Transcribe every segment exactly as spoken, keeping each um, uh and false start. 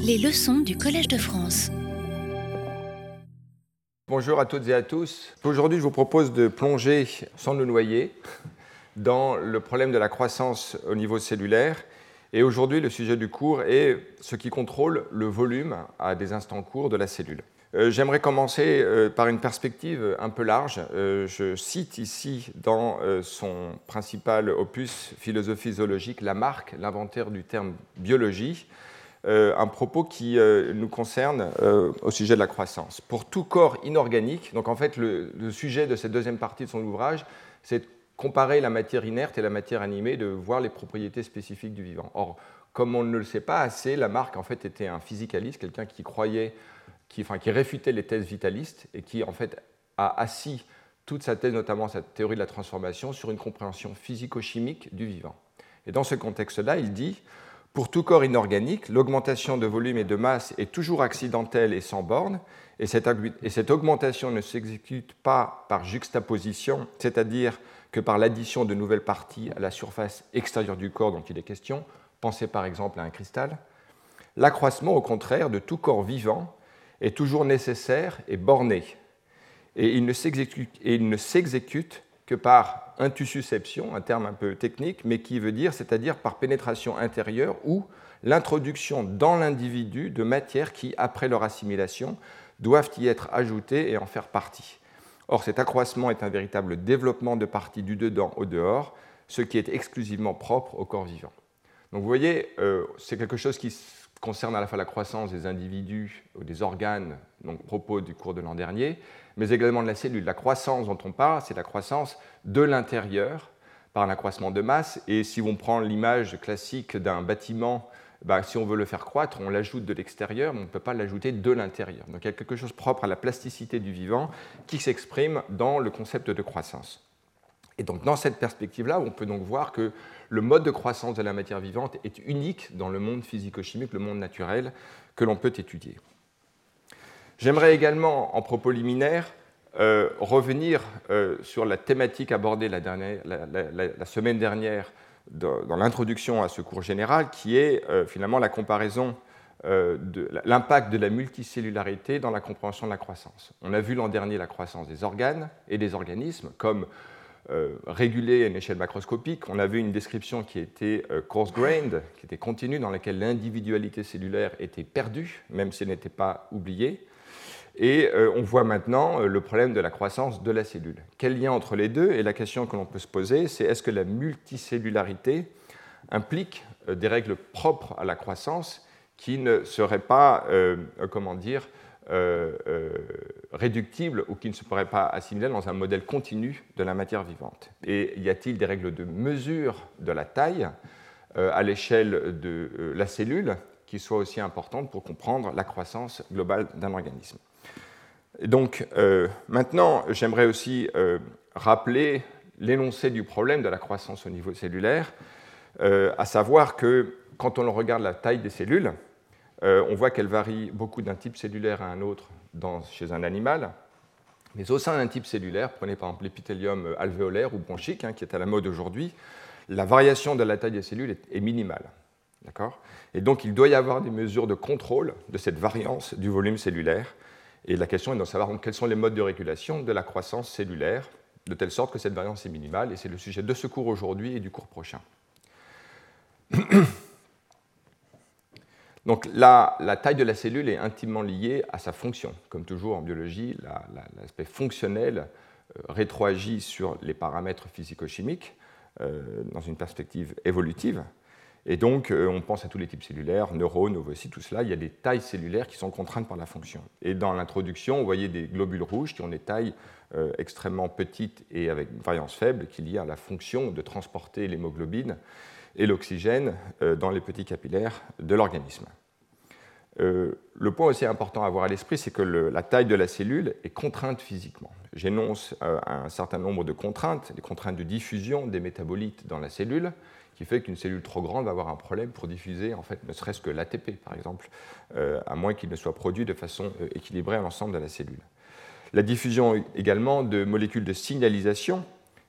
Les leçons du Collège de France. Bonjour à toutes et à tous. Aujourd'hui, je vous propose de plonger, sans nous noyer, dans le problème de la croissance au niveau cellulaire. Et aujourd'hui, le sujet du cours est ce qui contrôle le volume à des instants courts de la cellule. Euh, j'aimerais commencer euh, par une perspective un peu large. Euh, je cite ici dans euh, son principal opus Philosophie zoologique, Lamarck, l'inventeur du terme biologie, euh, un propos qui euh, nous concerne euh, au sujet de la croissance. Pour tout corps inorganique, donc en fait le, le sujet de cette deuxième partie de son ouvrage, c'est de comparer la matière inerte et la matière animée, de voir les propriétés spécifiques du vivant. Or, comme on ne le sait pas assez, Lamarck en fait était un physicaliste, quelqu'un qui croyait Qui, enfin, qui réfutait les thèses vitalistes et qui, en fait, a assis toute sa thèse, notamment sa théorie de la transformation, sur une compréhension physico-chimique du vivant. Et dans ce contexte-là, il dit « Pour tout corps inorganique, l'augmentation de volume et de masse est toujours accidentelle et sans borne, et cette, et cette augmentation ne s'exécute pas par juxtaposition, c'est-à-dire que par l'addition de nouvelles parties à la surface extérieure du corps dont il est question, pensez par exemple à un cristal. L'accroissement, au contraire, de tout corps vivant est toujours nécessaire et borné, et il ne s'exécute, et il ne s'exécute que par intussusception, un terme un peu technique, mais qui veut dire, c'est-à-dire par pénétration intérieure ou l'introduction dans l'individu de matières qui, après leur assimilation, doivent y être ajoutées et en faire partie. Or, cet accroissement est un véritable développement de parties du dedans au dehors, ce qui est exclusivement propre au corps vivant. Donc vous voyez, euh, c'est quelque chose qui concerne à la fois la croissance des individus ou des organes, donc propos du cours de l'an dernier, mais également de la cellule. La croissance dont on parle, c'est la croissance de l'intérieur par un accroissement de masse. Et si on prend l'image classique d'un bâtiment, bah, si on veut le faire croître, on l'ajoute de l'extérieur, mais on ne peut pas l'ajouter de l'intérieur. Donc il y a quelque chose propre à la plasticité du vivant qui s'exprime dans le concept de croissance. Et donc, dans cette perspective-là, on peut donc voir que le mode de croissance de la matière vivante est unique dans le monde physico-chimique, le monde naturel, que l'on peut étudier. J'aimerais également, en propos liminaire, euh, revenir euh, sur la thématique abordée la, dernière, la, la, la, la semaine dernière dans, dans l'introduction à ce cours général, qui est euh, finalement la comparaison euh, de l'impact de la multicellularité dans la compréhension de la croissance. On a vu l'an dernier la croissance des organes et des organismes comme Euh, régulé à une échelle macroscopique. On avait une description qui était euh, coarse-grained, qui était continue, dans laquelle l'individualité cellulaire était perdue, même si elle n'était pas oubliée. Et euh, on voit maintenant euh, le problème de la croissance de la cellule. Quel lien entre les deux? Et la question que l'on peut se poser, c'est est-ce que la multicellularité implique euh, des règles propres à la croissance qui ne seraient pas, euh, comment dire, Euh, euh, réductible ou qui ne se pourrait pas assimiler dans un modèle continu de la matière vivante. Et y a-t-il des règles de mesure de la taille euh, à l'échelle de euh, la cellule qui soient aussi importantes pour comprendre la croissance globale d'un organisme? Et donc, euh, maintenant, j'aimerais aussi euh, rappeler l'énoncé du problème de la croissance au niveau cellulaire, euh, à savoir que quand on regarde la taille des cellules, Euh, on voit qu'elle varie beaucoup d'un type cellulaire à un autre dans, chez un animal, mais au sein d'un type cellulaire, prenez par exemple l'épithélium alvéolaire ou bronchique, hein, qui est à la mode aujourd'hui, la variation de la taille des cellules est, est minimale. D'accord ? Et donc il doit y avoir des mesures de contrôle de cette variance du volume cellulaire, et la question est de savoir donc, quels sont les modes de régulation de la croissance cellulaire, de telle sorte que cette variance est minimale, et c'est le sujet de ce cours aujourd'hui et du cours prochain. Donc la, la taille de la cellule est intimement liée à sa fonction. Comme toujours en biologie, la, la, l'aspect fonctionnel euh, rétroagit sur les paramètres physico-chimiques euh, dans une perspective évolutive. Et donc euh, on pense à tous les types cellulaires, neurones, ovocytes, tout cela, il y a des tailles cellulaires qui sont contraintes par la fonction. Et dans l'introduction, vous voyez des globules rouges qui ont des tailles euh, extrêmement petites et avec une variance faible qui est liée à la fonction de transporter l'hémoglobine et l'oxygène dans les petits capillaires de l'organisme. Euh, le point aussi important à avoir à l'esprit, c'est que le, la taille de la cellule est contrainte physiquement. J'énonce euh, un certain nombre de contraintes, des contraintes de diffusion des métabolites dans la cellule, qui fait qu'une cellule trop grande va avoir un problème pour diffuser, en fait, ne serait-ce que l'A T P, par exemple, euh, à moins qu'il ne soit produit de façon euh, équilibrée à l'ensemble de la cellule. La diffusion également de molécules de signalisation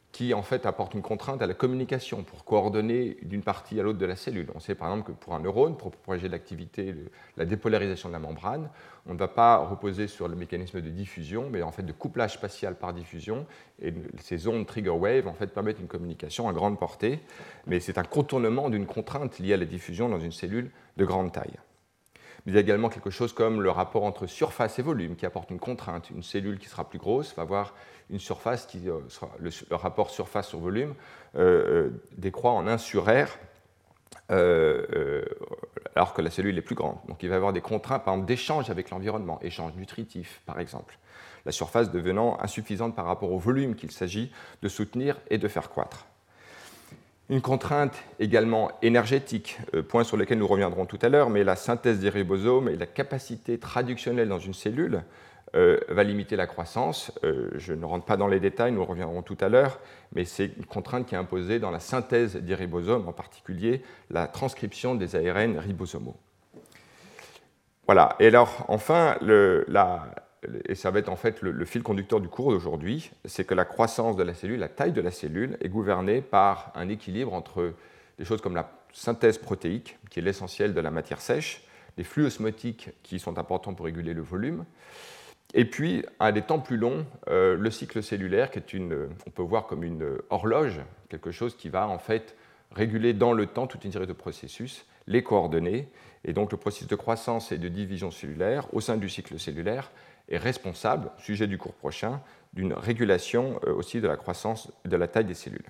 qui en fait apporte une contrainte à la communication pour coordonner d'une partie à l'autre de la cellule. On sait par exemple que pour un neurone, pour propager l'activité, la dépolarisation de la membrane, on ne va pas reposer sur le mécanisme de diffusion, mais en fait de couplage spatial par diffusion. Et ces ondes trigger wave en fait permettent une communication à grande portée, mais c'est un contournement d'une contrainte liée à la diffusion dans une cellule de grande taille. Mais il y a également quelque chose comme le rapport entre surface et volume qui apporte une contrainte. Une cellule qui sera plus grosse va avoir une surface qui euh, sera le, le rapport surface sur volume euh, euh, décroît en un sur R, euh, euh, alors que la cellule est plus grande. Donc il va y avoir des contraintes, par exemple, d'échange avec l'environnement, échange nutritif, par exemple. La surface devenant insuffisante par rapport au volume qu'il s'agit de soutenir et de faire croître. Une contrainte également énergétique, euh, point sur lequel nous reviendrons tout à l'heure, mais la synthèse des ribosomes et la capacité traductionnelle dans une cellule euh, va limiter la croissance. Euh, je ne rentre pas dans les détails, nous reviendrons tout à l'heure, mais c'est une contrainte qui est imposée dans la synthèse des ribosomes, en particulier la transcription des A R N ribosomaux. Voilà, et alors enfin, le, la, et ça va être en fait le, le fil conducteur du cours d'aujourd'hui, c'est que la croissance de la cellule, la taille de la cellule, est gouvernée par un équilibre entre des choses comme la synthèse protéique, qui est l'essentiel de la matière sèche, les flux osmotiques qui sont importants pour réguler le volume, et puis, à des temps plus longs, euh, le cycle cellulaire, qui est une, on peut voir comme une horloge, quelque chose qui va en fait réguler dans le temps toute une série de processus, les coordonnées, et donc le processus de croissance et de division cellulaire au sein du cycle cellulaire est responsable, sujet du cours prochain, d'une régulation euh, aussi de la croissance de la taille des cellules.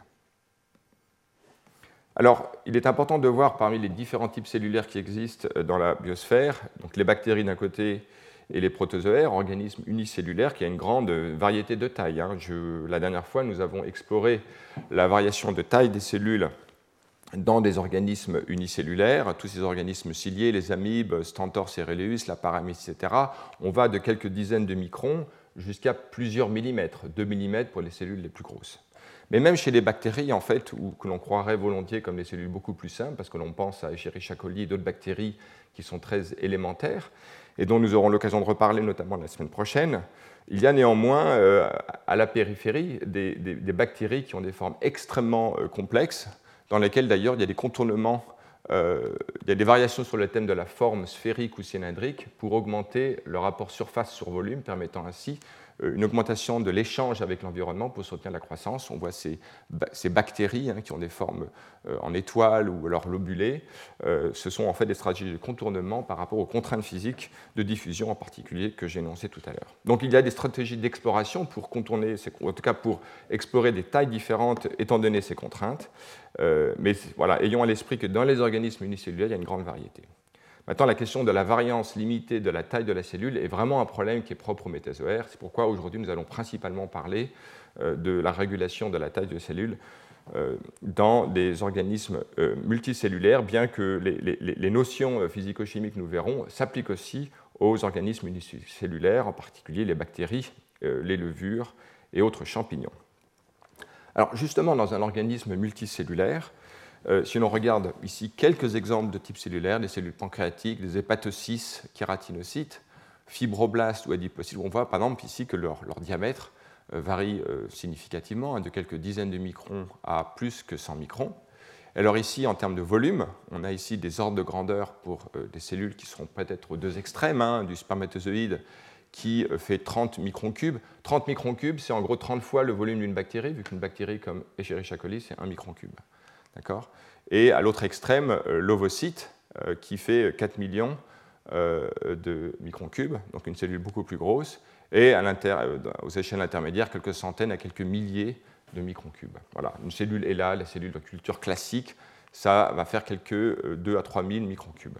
Alors, il est important de voir parmi les différents types cellulaires qui existent dans la biosphère, donc les bactéries d'un côté et les protozoaires, organismes unicellulaires, qui a une grande variété de tailles. Hein. Je, la dernière fois, nous avons exploré la variation de taille des cellules dans des organismes unicellulaires, tous ces organismes ciliés, les amibes, Stentor cereus, la paramyce, et cetera. On va de quelques dizaines de microns jusqu'à plusieurs millimètres, deux millimètres pour les cellules les plus grosses. Mais même chez les bactéries, en fait, ou que l'on croirait volontiers comme des cellules beaucoup plus simples, parce que l'on pense à Escherichia coli et d'autres bactéries qui sont très élémentaires, et dont nous aurons l'occasion de reparler notamment la semaine prochaine, il y a néanmoins euh, à la périphérie des, des, des bactéries qui ont des formes extrêmement euh, complexes, dans lesquelles d'ailleurs il y a des contournements, euh, il y a des variations sur le thème de la forme sphérique ou cylindrique pour augmenter le rapport surface sur volume, permettant ainsi une augmentation de l'échange avec l'environnement pour soutenir la croissance. On voit ces, ces bactéries hein, qui ont des formes euh, en étoile ou alors lobulées. Euh, ce sont en fait des stratégies de contournement par rapport aux contraintes physiques de diffusion en particulier que j'ai énoncées tout à l'heure. Donc il y a des stratégies d'exploration pour contourner, ces, en tout cas pour explorer des tailles différentes étant donné ces contraintes. Euh, mais voilà, ayons à l'esprit que dans les organismes unicellulaires, il y a une grande variété. Maintenant, la question de la variance limitée de la taille de la cellule est vraiment un problème qui est propre au métazoaire. C'est pourquoi aujourd'hui nous allons principalement parler euh, de la régulation de la taille de cellules euh, dans des organismes euh, multicellulaires, bien que les, les, les notions physico-chimiques, nous verrons, s'appliquent aussi aux organismes unicellulaires, en particulier les bactéries, euh, les levures et autres champignons. Alors justement, dans un organisme multicellulaire, Euh, si l'on regarde ici quelques exemples de type cellulaire, des cellules pancréatiques, des hépatocytes, kératinocytes, fibroblastes ou adipocytes, on voit par exemple ici que leur, leur diamètre euh, varie euh, significativement, hein, de quelques dizaines de microns à plus que cent microns. Alors ici, en termes de volume, on a ici des ordres de grandeur pour euh, des cellules qui seront peut-être aux deux extrêmes, hein, du spermatozoïde qui euh, fait trente microns cubes. trente microns cubes, c'est en gros trente fois le volume d'une bactérie, vu qu'une bactérie comme Escherichia coli, c'est un micron cube. D'accord ? Et à l'autre extrême, euh, l'ovocyte, euh, qui fait quatre millions euh, de microns cubes, donc une cellule beaucoup plus grosse, et à euh, aux échelles intermédiaires, quelques centaines à quelques milliers de microns cubes. Voilà, une cellule est là, la cellule de culture classique, ça va faire quelques euh, deux à trois mille microns cubes.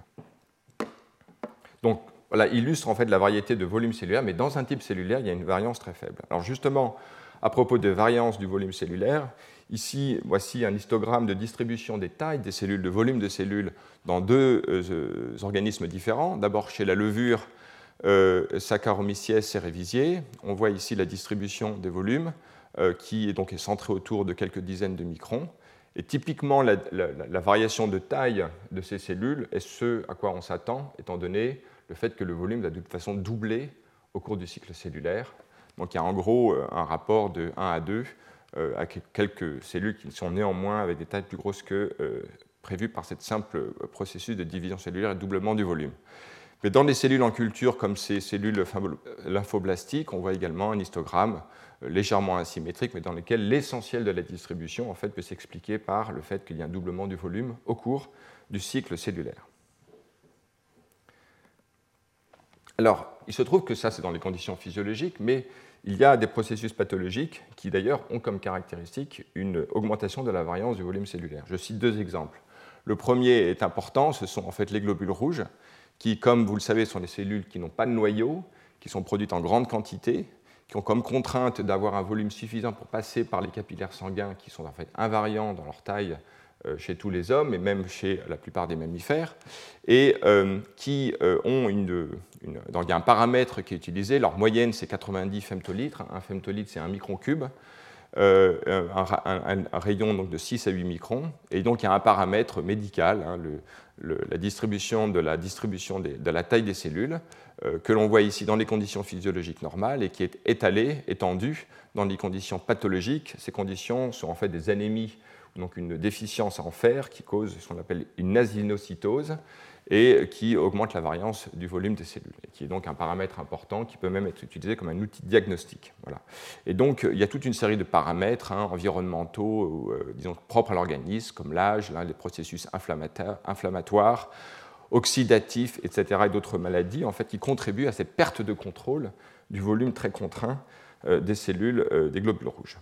Donc, voilà, illustre en fait la variété de volume cellulaire, mais dans un type cellulaire, il y a une variance très faible. Alors justement, à propos de variance du volume cellulaire, ici, voici un histogramme de distribution des tailles des cellules, de volume de cellules dans deux euh, organismes différents. D'abord chez la levure euh, Saccharomyces cerevisiae, on voit ici la distribution des volumes euh, qui est donc centrée autour de quelques dizaines de microns. Et typiquement, la, la, la variation de taille de ces cellules est ce à quoi on s'attend, étant donné le fait que le volume va de toute façon doubler au cours du cycle cellulaire. Donc il y a en gros un rapport de un à deux euh, à quelques cellules qui sont néanmoins avec des tailles plus grosses que euh, prévues par ce simple processus de division cellulaire et de doublement du volume. Mais dans des cellules en culture comme ces cellules lymphoblastiques, on voit également un histogramme légèrement asymétrique, mais dans lequel l'essentiel de la distribution en fait, peut s'expliquer par le fait qu'il y a un doublement du volume au cours du cycle cellulaire. Alors, il se trouve que ça, c'est dans les conditions physiologiques, mais il y a des processus pathologiques qui, d'ailleurs, ont comme caractéristique une augmentation de la variance du volume cellulaire. Je cite deux exemples. Le premier est important, ce sont en fait les globules rouges, qui, comme vous le savez, sont des cellules qui n'ont pas de noyau, qui sont produites en grande quantité, qui ont comme contrainte d'avoir un volume suffisant pour passer par les capillaires sanguins, qui sont en fait invariants dans leur taille chez tous les hommes et même chez la plupart des mammifères, et euh, qui euh, ont une, une... Donc, il y a un paramètre qui est utilisé, leur moyenne c'est quatre-vingt-dix femtolitres, un femtolitre c'est un micron cube, euh, un, un, un rayon donc, de six à huit microns, et donc il y a un paramètre médical, hein, le, le, la distribution de la, distribution des, de la taille des cellules, euh, que l'on voit ici dans les conditions physiologiques normales et qui est étalé, étendu dans les conditions pathologiques. Ces conditions sont en fait des anémies, donc une déficience en fer qui cause ce qu'on appelle une asinocytose et qui augmente la variance du volume des cellules, et qui est donc un paramètre important qui peut même être utilisé comme un outil diagnostique. Voilà. Et donc, il y a toute une série de paramètres hein, environnementaux, euh, disons, propres à l'organisme, comme l'âge, les processus inflammatoires, oxydatifs, et cetera, et d'autres maladies, en fait, qui contribuent à cette perte de contrôle du volume très contraint euh, des cellules, euh, des globules rouges.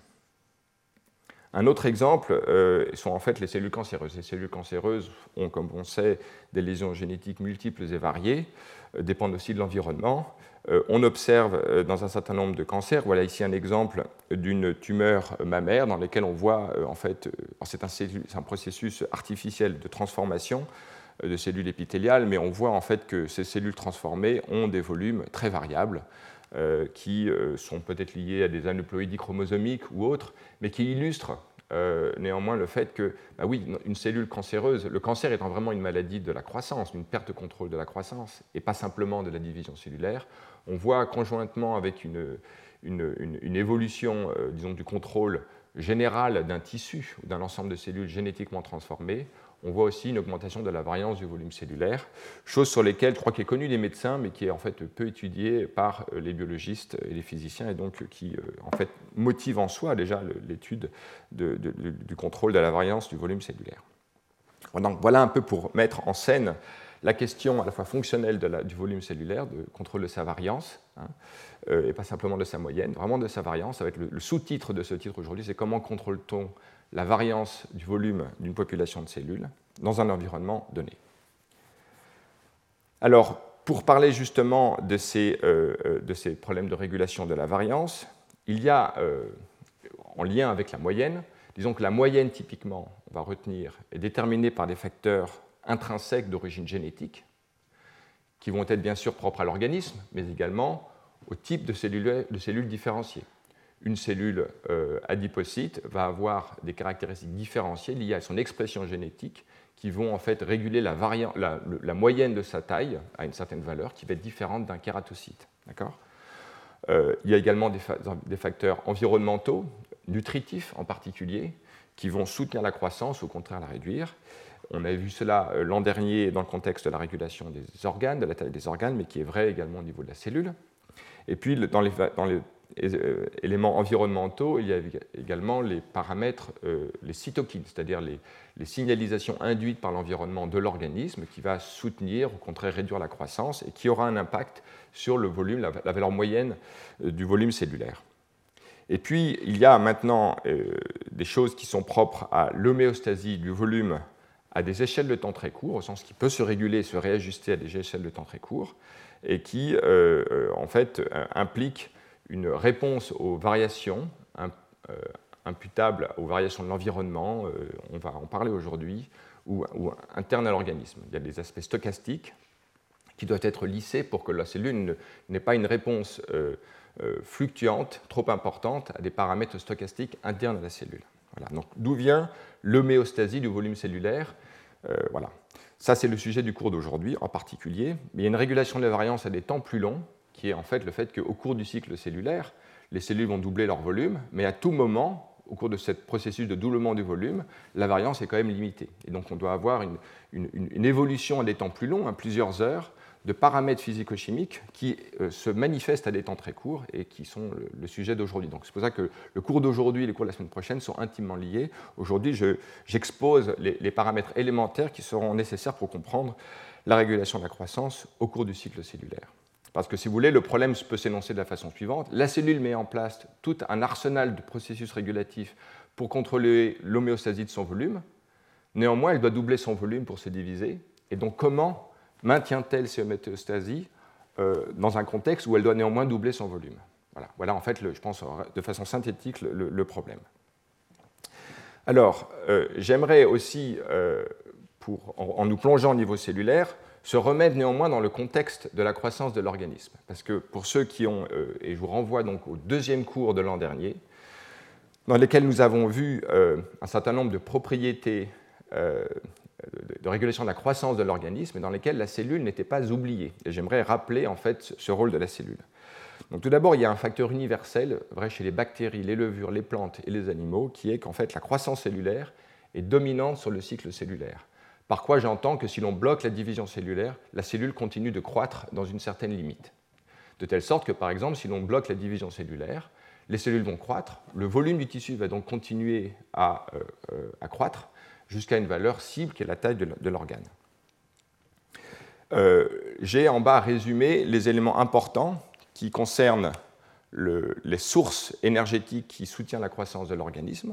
Un autre exemple euh, sont en fait les cellules cancéreuses. Les cellules cancéreuses ont, comme on sait, des lésions génétiques multiples et variées, euh, dépendent aussi de l'environnement. Euh, on observe euh, dans un certain nombre de cancers, voilà ici un exemple d'une tumeur mammaire dans laquelle on voit, euh, en fait, euh, c'est un, un processus artificiel de transformation euh, de cellules épithéliales, mais on voit en fait que ces cellules transformées ont des volumes très variables, Euh, qui euh, sont peut-être liés à des aneuploïdies chromosomiques ou autres, mais qui illustrent euh, néanmoins le fait que, bah oui, une cellule cancéreuse, le cancer étant vraiment une maladie de la croissance, une perte de contrôle de la croissance, et pas simplement de la division cellulaire, on voit conjointement avec une, une, une, une évolution, euh, disons, du contrôle général d'un tissu ou d'un ensemble de cellules génétiquement transformées, on voit aussi une augmentation de la variance du volume cellulaire, chose sur laquelle je crois qu'il est connu des médecins, mais qui est en fait peu étudiée par les biologistes et les physiciens, et donc qui en fait motive en soi déjà l'étude de, de, de, du contrôle de la variance du volume cellulaire. Donc voilà un peu pour mettre en scène la question à la fois fonctionnelle de la, du volume cellulaire, de contrôle de sa variance, hein, euh, et pas simplement de sa moyenne, vraiment de sa variance. Ça va être le, le sous-titre de ce titre aujourd'hui, c'est comment contrôle-t-on la variance du volume d'une population de cellules dans un environnement donné. Alors, pour parler justement de ces, euh, de ces problèmes de régulation de la variance, il y a, euh, en lien avec la moyenne, disons que la moyenne, typiquement, on va retenir, est déterminée par des facteurs intrinsèques d'origine génétique, qui vont être bien sûr propres à l'organisme, mais également au type de cellules, de cellules différenciées. Une cellule euh, adipocyte va avoir des caractéristiques différenciées liées à son expression génétique qui vont en fait réguler la, variant, la, la moyenne de sa taille à une certaine valeur qui va être différente d'un kératocyte. D'accord ? Euh, il y a également des, fa des facteurs environnementaux, nutritifs en particulier, qui vont soutenir la croissance, au contraire la réduire. On avait vu cela euh, l'an dernier dans le contexte de la régulation des organes, de la taille des organes, mais qui est vrai également au niveau de la cellule. Et puis dans les, dans les éléments environnementaux, il y a également les paramètres, euh, les cytokines, c'est-à-dire les, les signalisations induites par l'environnement de l'organisme qui va soutenir, au contraire réduire la croissance et qui aura un impact sur le volume, la, la valeur moyenne euh, du volume cellulaire. Et puis, il y a maintenant euh, des choses qui sont propres à l'homéostasie du volume à des échelles de temps très courts, au sens qu'il peut se réguler, se réajuster à des échelles de temps très courts, et qui, euh, euh, en fait, euh, impliquent une réponse aux variations euh, imputables aux variations de l'environnement, euh, on va en parler aujourd'hui, ou, ou internes à l'organisme. Il y a des aspects stochastiques qui doivent être lissés pour que la cellule n'ait pas une réponse euh, euh, fluctuante, trop importante, à des paramètres stochastiques internes à la cellule. Voilà. Donc, d'où vient l'homéostasie du volume cellulaire ? euh, Voilà. Ça, c'est le sujet du cours d'aujourd'hui en particulier. Mais il y a une régulation de la variance à des temps plus longs, qui est en fait le fait qu'au cours du cycle cellulaire, les cellules vont doubler leur volume, mais à tout moment, au cours de ce processus de doublement du volume, la variance est quand même limitée. Et donc on doit avoir une, une, une évolution à des temps plus longs, à plusieurs heures, de paramètres physico-chimiques qui euh, se manifestent à des temps très courts et qui sont le, le sujet d'aujourd'hui. Donc c'est pour ça que le cours d'aujourd'hui et les cours de la semaine prochaine sont intimement liés. Aujourd'hui, je, j'expose les, les paramètres élémentaires qui seront nécessaires pour comprendre la régulation de la croissance au cours du cycle cellulaire. Parce que si vous voulez, le problème peut s'énoncer de la façon suivante. La cellule met en place tout un arsenal de processus régulatifs pour contrôler l'homéostasie de son volume. Néanmoins, elle doit doubler son volume pour se diviser. Et donc comment maintient-elle ces homéostasies euh, dans un contexte où elle doit néanmoins doubler son volume? Voilà, voilà en fait, le, je pense, de façon synthétique, le, le, le problème. Alors, euh, j'aimerais aussi, euh, pour, en, en nous plongeant au niveau cellulaire, se remettre néanmoins dans le contexte de la croissance de l'organisme. Parce que pour ceux qui ont, euh, et je vous renvoie donc au deuxième cours de l'an dernier, dans lesquels nous avons vu euh, un certain nombre de propriétés euh, de régulation de la croissance de l'organisme et dans lesquelles la cellule n'était pas oubliée. Et j'aimerais rappeler en fait ce rôle de la cellule. Donc, tout d'abord, il y a un facteur universel, vrai chez les bactéries, les levures, les plantes et les animaux, qui est qu'en fait la croissance cellulaire est dominante sur le cycle cellulaire. Par quoi j'entends que si l'on bloque la division cellulaire, la cellule continue de croître dans une certaine limite. De telle sorte que, par exemple, si l'on bloque la division cellulaire, les cellules vont croître, le volume du tissu va donc continuer à, euh, euh, à croître, jusqu'à une valeur cible qui est la taille de l'organe. Euh, j'ai en bas résumé les éléments importants qui concernent le, les sources énergétiques qui soutiennent la croissance de l'organisme,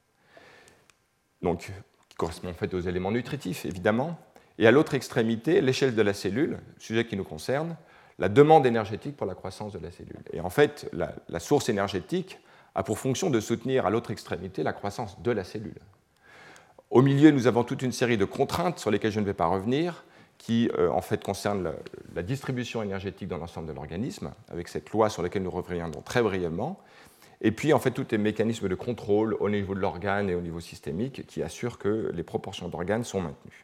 donc qui correspondent en fait aux éléments nutritifs évidemment, et à l'autre extrémité, l'échelle de la cellule, sujet qui nous concerne, la demande énergétique pour la croissance de la cellule. Et en fait, la, la source énergétique a pour fonction de soutenir à l'autre extrémité la croissance de la cellule. Au milieu, nous avons toute une série de contraintes sur lesquelles je ne vais pas revenir, qui euh, en fait concernent la, la distribution énergétique dans l'ensemble de l'organisme, avec cette loi sur laquelle nous reviendrons très brièvement, et puis en fait tous les mécanismes de contrôle au niveau de l'organe et au niveau systémique qui assurent que les proportions d'organes sont maintenues.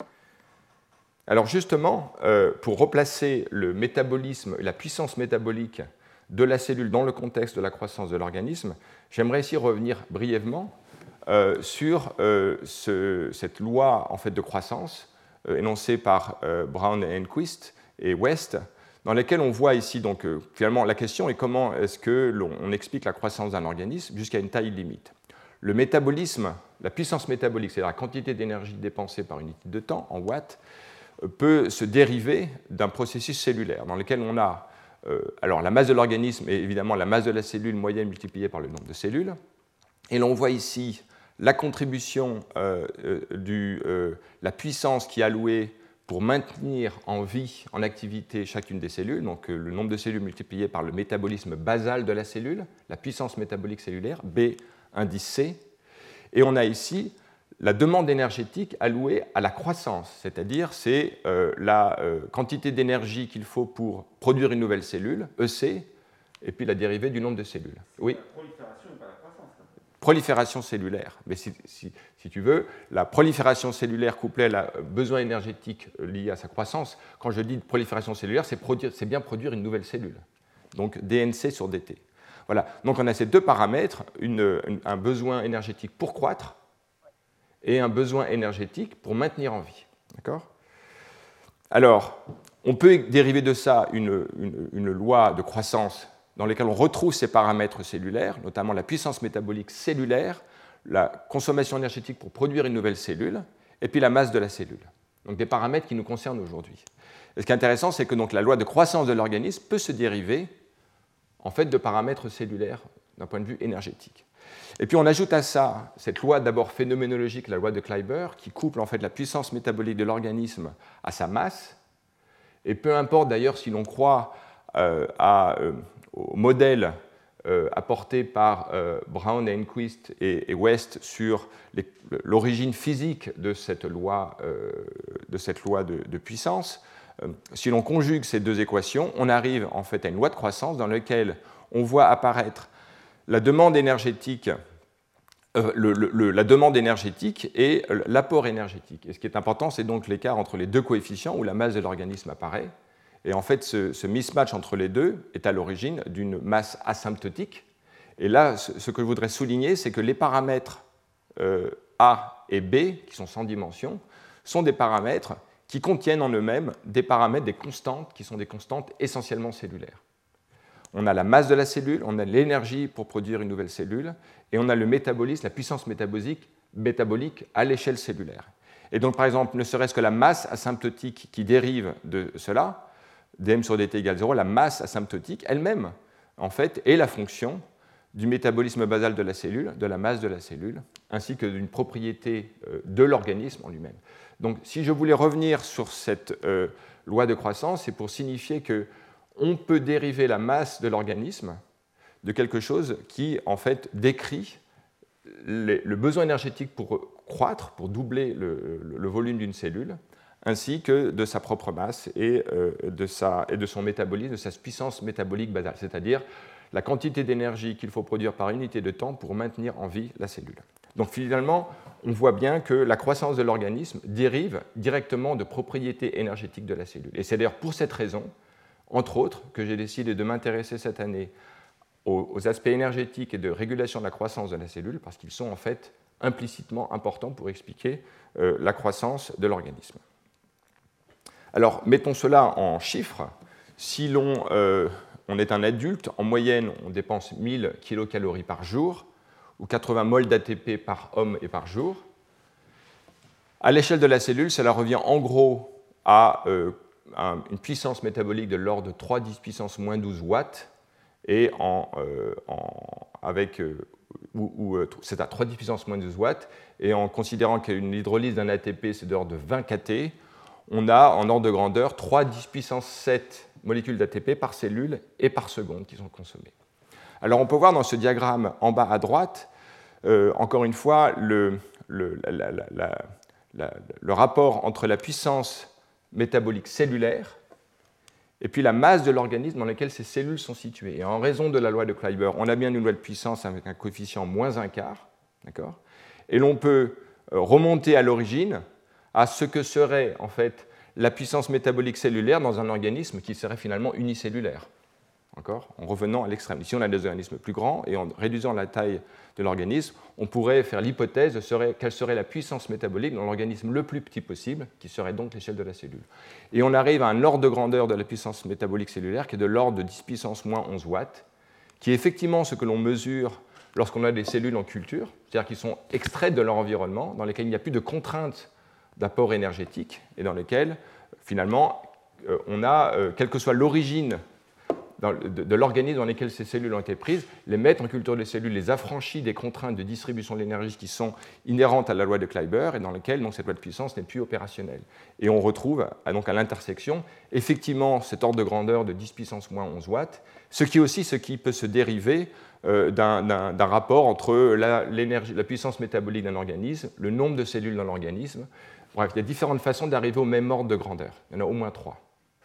Alors justement, euh, pour replacer le métabolisme, la puissance métabolique de la cellule dans le contexte de la croissance de l'organisme, j'aimerais ici revenir brièvement Euh, sur euh, ce, cette loi en fait, de croissance euh, énoncée par euh, Brown et Enquist et West, dans laquelle on voit ici, donc, euh, finalement, la question est comment est-ce que l'on explique la croissance d'un organisme jusqu'à une taille limite. Le métabolisme, la puissance métabolique, c'est-à-dire la quantité d'énergie dépensée par unité de temps, en watts, euh, peut se dériver d'un processus cellulaire dans lequel on a euh, alors, la masse de l'organisme et évidemment la masse de la cellule moyenne multipliée par le nombre de cellules. Et l'on voit ici la contribution euh, de euh, la puissance qui est allouée pour maintenir en vie, en activité, chacune des cellules, donc euh, le nombre de cellules multiplié par le métabolisme basal de la cellule, la puissance métabolique cellulaire, B indice C. Et on a ici la demande énergétique allouée à la croissance, c'est-à-dire c'est euh, la euh, quantité d'énergie qu'il faut pour produire une nouvelle cellule, E C, et puis la dérivée du nombre de cellules. Oui. Prolifération cellulaire. Mais si, si, si tu veux, la prolifération cellulaire couplée à un besoin énergétique lié à sa croissance, quand je dis prolifération cellulaire, c'est, produire, c'est bien produire une nouvelle cellule. Donc D N C sur D T. Voilà. Donc on a ces deux paramètres, une, une, un besoin énergétique pour croître et un besoin énergétique pour maintenir en vie. D'accord ? Alors, on peut dériver de ça une, une, une loi de croissance dans lesquels on retrouve ces paramètres cellulaires, notamment la puissance métabolique cellulaire, la consommation énergétique pour produire une nouvelle cellule, et puis la masse de la cellule. Donc des paramètres qui nous concernent aujourd'hui. Et ce qui est intéressant, c'est que donc, la loi de croissance de l'organisme peut se dériver en fait, de paramètres cellulaires d'un point de vue énergétique. Et puis on ajoute à ça cette loi d'abord phénoménologique, la loi de Kleiber, qui couple en fait, la puissance métabolique de l'organisme à sa masse. Et peu importe d'ailleurs si l'on croit euh, à... Euh, au modèle euh, apporté par euh, Brown, Enquist et, et West sur les, l'origine physique de cette loi, euh, de, cette loi de, de puissance. Euh, si l'on conjugue ces deux équations, on arrive en fait à une loi de croissance dans laquelle on voit apparaître la demande énergétique, euh, le, le, la demande énergétique et l'apport énergétique. Et ce qui est important, c'est donc l'écart entre les deux coefficients où la masse de l'organisme apparaît. Et en fait, ce, ce mismatch entre les deux est à l'origine d'une masse asymptotique Et là, ce que je voudrais souligner, c'est que les paramètres euh, A et B, qui sont sans dimension, sont des paramètres qui contiennent en eux-mêmes des paramètres, des constantes, qui sont des constantes essentiellement cellulaires. On a la masse de la cellule, on a l'énergie pour produire une nouvelle cellule, et on a le métabolisme, la puissance métabolique, métabolique à l'échelle cellulaire. Et donc, par exemple, ne serait-ce que la masse asymptotique qui dérive de cela, dm sur dt égale zéro, la masse asymptotique elle-même, en fait, est la fonction du métabolisme basal de la cellule, de la masse de la cellule, ainsi que d'une propriété de l'organisme en lui-même. Donc, si je voulais revenir sur cette euh, loi de croissance, c'est pour signifier qu'on peut dériver la masse de l'organisme de quelque chose qui, en fait, décrit les, le besoin énergétique pour croître, pour doubler le, le, le volume d'une cellule, ainsi que de sa propre masse et, euh, de, sa, et de son métabolisme, de sa puissance métabolique basale, c'est-à-dire la quantité d'énergie qu'il faut produire par unité de temps pour maintenir en vie la cellule. Donc finalement, on voit bien que la croissance de l'organisme dérive directement de propriétés énergétiques de la cellule. Et c'est d'ailleurs pour cette raison, entre autres, que j'ai décidé de m'intéresser cette année aux, aux aspects énergétiques et de régulation de la croissance de la cellule, parce qu'ils sont en fait implicitement importants pour expliquer euh, la croissance de l'organisme. Alors, mettons cela en chiffres. Si l'on euh, on est un adulte, en moyenne, on dépense mille kilocalories par jour, ou quatre-vingts moles d'A T P par homme et par jour. À l'échelle de la cellule, cela revient en gros à euh, un, une puissance métabolique de l'ordre de trois à dix puissance moins douze watts, et en, euh, en, avec, euh, ou, ou, c'est à trois à dix puissance moins douze watts, et en considérant qu'une hydrolyse d'un A T P, c'est de l'ordre de vingt kT, on a en ordre de grandeur trois à dix puissance sept molécules d'A T P par cellule et par seconde qui sont consommées. Alors on peut voir dans ce diagramme en bas à droite, euh, encore une fois, le, le, la, la, la, la, le rapport entre la puissance métabolique cellulaire et puis la masse de l'organisme dans lequel ces cellules sont situées. Et en raison de la loi de Kleiber, on a bien une nouvelle puissance avec un coefficient moins un quart, d'accord ? Et l'on peut remonter à l'origine à ce que serait en fait la puissance métabolique cellulaire dans un organisme qui serait finalement unicellulaire. Encore, en revenant à l'extrême. Ici, on a des organismes plus grands, et en réduisant la taille de l'organisme, on pourrait faire l'hypothèse de serait, quelle serait la puissance métabolique dans l'organisme le plus petit possible, qui serait donc l'échelle de la cellule. Et on arrive à un ordre de grandeur de la puissance métabolique cellulaire qui est de l'ordre de dix puissance moins onze watts, qui est effectivement ce que l'on mesure lorsqu'on a des cellules en culture, c'est-à-dire qui sont extraites de leur environnement, dans lesquelles il n'y a plus de contraintes d'apport énergétique, et dans lesquelles, finalement, on a, quelle que soit l'origine de, de l'organisme dans lequel ces cellules ont été prises, les mettre en culture des cellules les affranchit des contraintes de distribution de l'énergie qui sont inhérentes à la loi de Kleiber et dans lesquelles donc, cette loi de puissance n'est plus opérationnelle. Et on retrouve donc, à l'intersection effectivement cet ordre de grandeur de dix puissance moins onze watts, ce qui est aussi ce qui peut se dériver euh, d'un, d'un, d'un rapport entre la, la puissance métabolique d'un organisme, le nombre de cellules dans l'organisme. Bref, il y a différentes façons d'arriver au même ordre de grandeur. Il y en a au moins trois.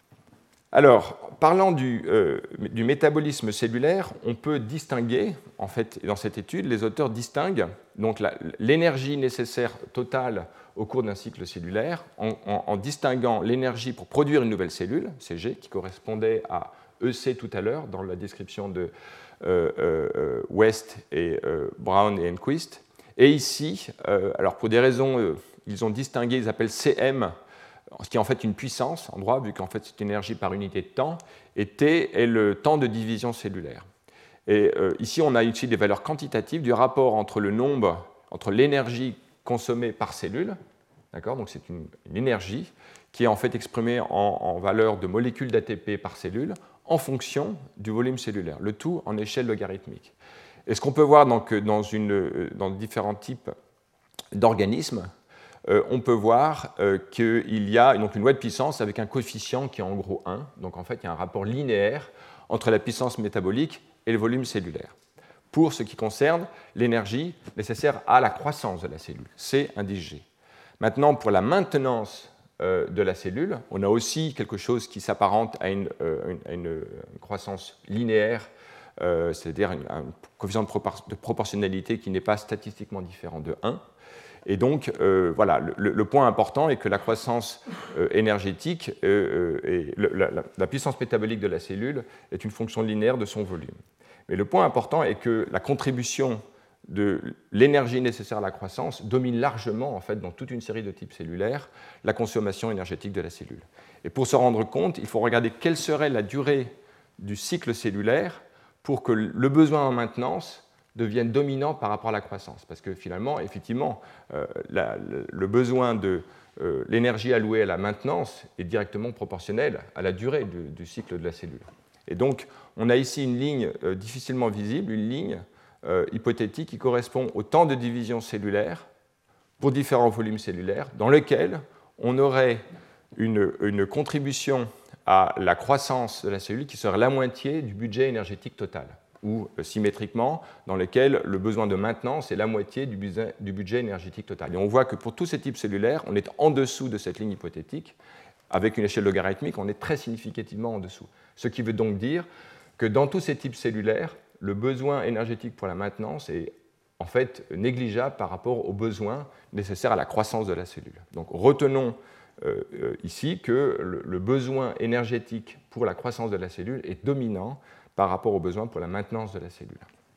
Alors, parlant du, euh, du métabolisme cellulaire, on peut distinguer, en fait, dans cette étude, les auteurs distinguent donc la, l'énergie nécessaire totale au cours d'un cycle cellulaire en, en, en distinguant l'énergie pour produire une nouvelle cellule, C G, qui correspondait à E C tout à l'heure dans la description de euh, euh, West et euh, Brown et Enquist. Et ici, euh, alors pour des raisons, euh, ils ont distingué, ils appellent C M, ce qui est en fait une puissance en droit, vu qu'en fait cette énergie par unité de temps, et T est le temps de division cellulaire. Et euh, ici, on a ici des valeurs quantitatives du rapport entre le nombre, entre l'énergie consommée par cellule, d'accord, donc c'est une, une énergie qui est en fait exprimée en, en valeur de molécules d'A T P par cellule, en fonction du volume cellulaire, le tout en échelle logarithmique. Et ce qu'on peut voir donc, dans, une, dans différents types d'organismes, Euh, on peut voir euh, qu'il y a donc, une loi de puissance avec un coefficient qui est en gros un. Donc en fait, il y a un rapport linéaire entre la puissance métabolique et le volume cellulaire, pour ce qui concerne l'énergie nécessaire à la croissance de la cellule, C indice G. Maintenant, pour la maintenance euh, de la cellule, on a aussi quelque chose qui s'apparente à une, euh, une, une, une croissance linéaire, euh, c'est-à-dire un, un coefficient de, propor- de proportionnalité qui n'est pas statistiquement différent de un. Et donc, euh, voilà, le, le point important est que la croissance euh, énergétique euh, et le, la, la puissance métabolique de la cellule est une fonction linéaire de son volume. Mais le point important est que la contribution de l'énergie nécessaire à la croissance domine largement, en fait, dans toute une série de types cellulaires, la consommation énergétique de la cellule. Et pour se rendre compte, il faut regarder quelle serait la durée du cycle cellulaire pour que le besoin en maintenance devienne dominant par rapport à la croissance. Parce que finalement, effectivement, euh, la, le, le besoin de euh, l'énergie allouée à la maintenance est directement proportionnel à la durée du, du cycle de la cellule. Et donc, on a ici une ligne euh, difficilement visible, une ligne euh, hypothétique qui correspond au temps de division cellulaire pour différents volumes cellulaires, dans lequel on aurait une, une contribution à la croissance de la cellule qui serait la moitié du budget énergétique total, ou euh, symétriquement, dans lequel le besoin de maintenance est la moitié du budget, du budget énergétique total. Et on voit que pour tous ces types cellulaires, on est en dessous de cette ligne hypothétique. Avec une échelle logarithmique, on est très significativement en dessous. Ce qui veut donc dire que dans tous ces types cellulaires, le besoin énergétique pour la maintenance est en fait négligeable par rapport aux besoins nécessaires à la croissance de la cellule. Donc retenons euh, ici que le, le besoin énergétique pour la croissance de la cellule est dominant par rapport aux besoins pour la maintenance de la cellule.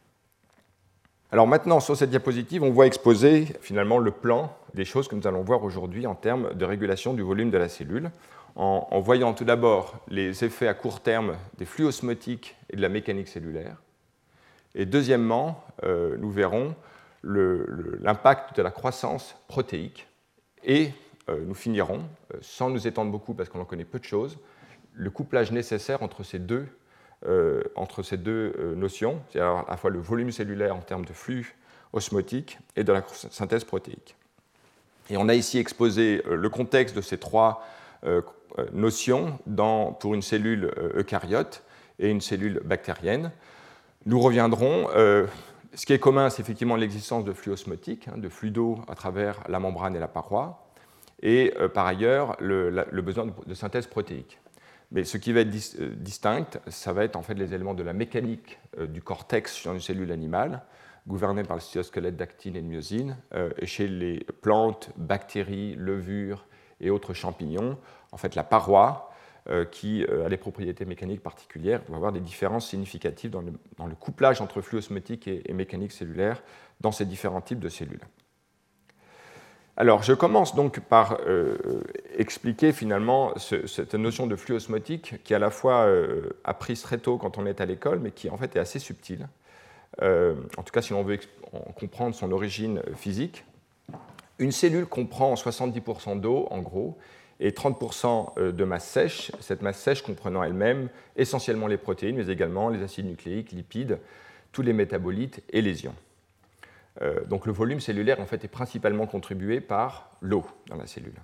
Alors maintenant, sur cette diapositive, on voit exposé finalement le plan des choses que nous allons voir aujourd'hui en termes de régulation du volume de la cellule, en, en voyant tout d'abord les effets à court terme des flux osmotiques et de la mécanique cellulaire. Et deuxièmement, euh, nous verrons le, le, l'impact de la croissance protéique. Et euh, nous finirons, euh, sans nous étendre beaucoup parce qu'on en connaît peu de choses, le couplage nécessaire entre ces deux Euh, entre ces deux euh, notions, c'est-à-dire à la fois le volume cellulaire en termes de flux osmotique et de la synthèse protéique. Et on a ici exposé euh, le contexte de ces trois euh, notions dans, pour une cellule euh, eucaryote et une cellule bactérienne. Nous reviendrons. Euh, ce qui est commun, c'est effectivement l'existence de flux osmotiques, hein, de flux d'eau à travers la membrane et la paroi, et euh, par ailleurs le, la, le besoin de, de synthèse protéique. Mais ce qui va être dis- euh, distinct, ça va être en fait les éléments de la mécanique euh, du cortex dans une cellule animale, gouvernée par le cytosquelette d'actine et de myosine, euh, et chez les plantes, bactéries, levures et autres champignons, en fait la paroi, euh, qui euh, a des propriétés mécaniques particulières, va avoir des différences significatives dans le, dans le couplage entre flux osmotique et, et mécanique cellulaire dans ces différents types de cellules. Alors, je commence donc par euh, expliquer finalement ce, cette notion de flux osmotique qui est à la fois euh, apprise très tôt quand on est à l'école, mais qui en fait est assez subtile. Euh, en tout cas, si l'on veut exp- comprendre son origine physique. Une cellule comprend soixante-dix pour cent d'eau, en gros, et trente pour cent de masse sèche, cette masse sèche comprenant elle-même essentiellement les protéines, mais également les acides nucléiques, lipides, tous les métabolites et les ions. Euh, donc le volume cellulaire en fait, est principalement contribué par l'eau dans la cellule.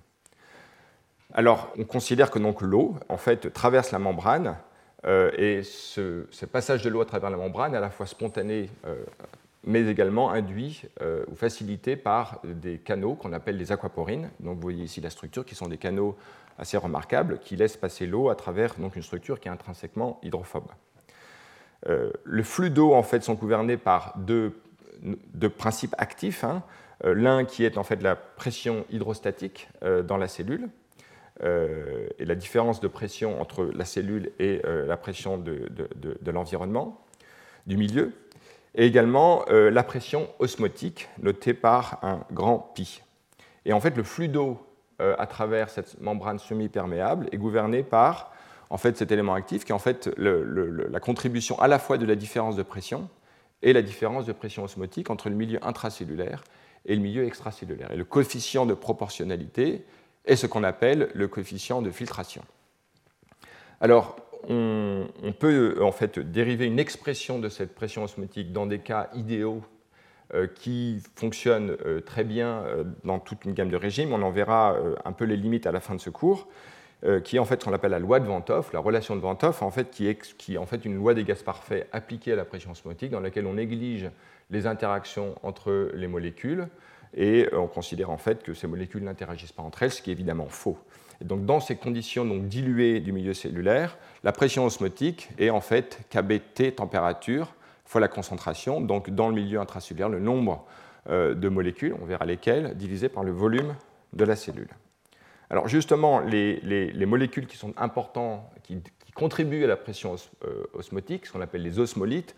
Alors, on considère que donc, l'eau en fait, traverse la membrane, euh, et ce, ce passage de l'eau à travers la membrane est à la fois spontané, euh, mais également induit euh, ou facilité par des canaux qu'on appelle les aquaporines. Donc, vous voyez ici la structure, qui sont des canaux assez remarquables, qui laissent passer l'eau à travers donc, une structure qui est intrinsèquement hydrophobe. Euh, le flux d'eau en fait, sont gouvernés par deux de principes actifs, hein. euh, l'un qui est en fait la pression hydrostatique euh, dans la cellule, euh, et la différence de pression entre la cellule et euh, la pression de, de, de, de l'environnement, du milieu, et également euh, la pression osmotique, notée par un grand pi. Et en fait, le flux d'eau euh, à travers cette membrane semi-perméable est gouverné par en fait, cet élément actif, qui est en fait le, le, la contribution à la fois de la différence de pression et la différence de pression osmotique entre le milieu intracellulaire et le milieu extracellulaire. Et le coefficient de proportionnalité est ce qu'on appelle le coefficient de filtration. Alors, on, on peut en fait dériver une expression de cette pression osmotique dans des cas idéaux euh, qui fonctionnent euh, très bien euh, dans toute une gamme de régimes. On en verra euh, un peu les limites à la fin de ce cours, euh, qui est en fait ce qu'on appelle la loi de Van't Hoff, la relation de Van't Hoff, en fait, qui est, qui est en fait une loi des gaz parfaits appliquée à la pression osmotique, dans laquelle on néglige les interactions entre les molécules, et on considère en fait que ces molécules n'interagissent pas entre elles, ce qui est évidemment faux. Et donc, dans ces conditions donc, diluées du milieu cellulaire, la pression osmotique est en fait K B T, température, fois la concentration, donc dans le milieu intracellulaire, le nombre euh, de molécules, on verra lesquelles, divisé par le volume de la cellule. Alors justement, les, les, les molécules qui sont importantes, qui, qui contribuent à la pression os, euh, osmotique, ce qu'on appelle les osmolytes,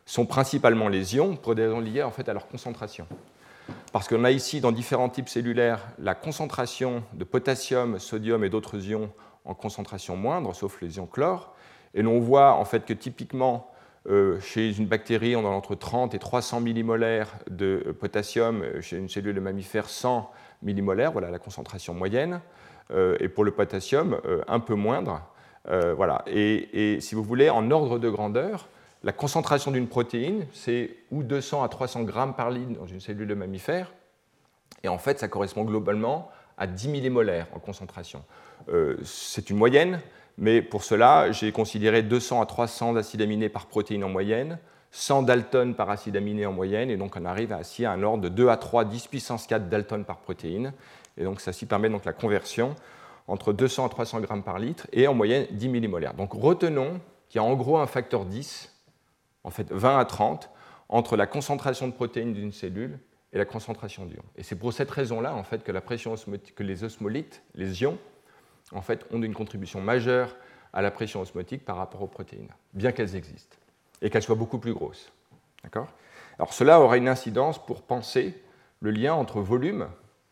sont principalement les ions, pour des raisons liées en fait, à leur concentration. Parce qu'on a ici, dans différents types cellulaires, la concentration de potassium, sodium et d'autres ions en concentration moindre, sauf les ions chlore. Et l'on voit en fait que typiquement, euh, chez une bactérie, on a entre trente et trois cents millimolaires de potassium, chez une cellule de mammifère, cent millimolaires, voilà la concentration moyenne. Euh, et pour le potassium, euh, un peu moindre. Euh, voilà. et, et si vous voulez, en ordre de grandeur, la concentration d'une protéine, c'est ou deux cents à trois cents grammes par litre dans une cellule de mammifère, et en fait, ça correspond globalement à dix millimolaires en concentration. Euh, c'est une moyenne, mais pour cela, j'ai considéré deux cents à trois cents acides aminés par protéine en moyenne, cent daltons par acide aminé en moyenne, et donc on arrive ainsi à un ordre de deux à trois, dix puissance quatre daltons par protéine, et donc ça permet donc la conversion entre deux cents à trois cents grammes par litre, et en moyenne dix millimolaires. Donc retenons qu'il y a en gros un facteur dix, en fait vingt à trente, entre la concentration de protéines d'une cellule et la concentration d'ions. Et c'est pour cette raison-là en fait, que, la pression osmotique, que les osmolytes, les ions, en fait, ont une contribution majeure à la pression osmotique par rapport aux protéines, bien qu'elles existent, et qu'elles soient beaucoup plus grosses. D'accord ? Alors cela aura une incidence pour penser le lien entre volume,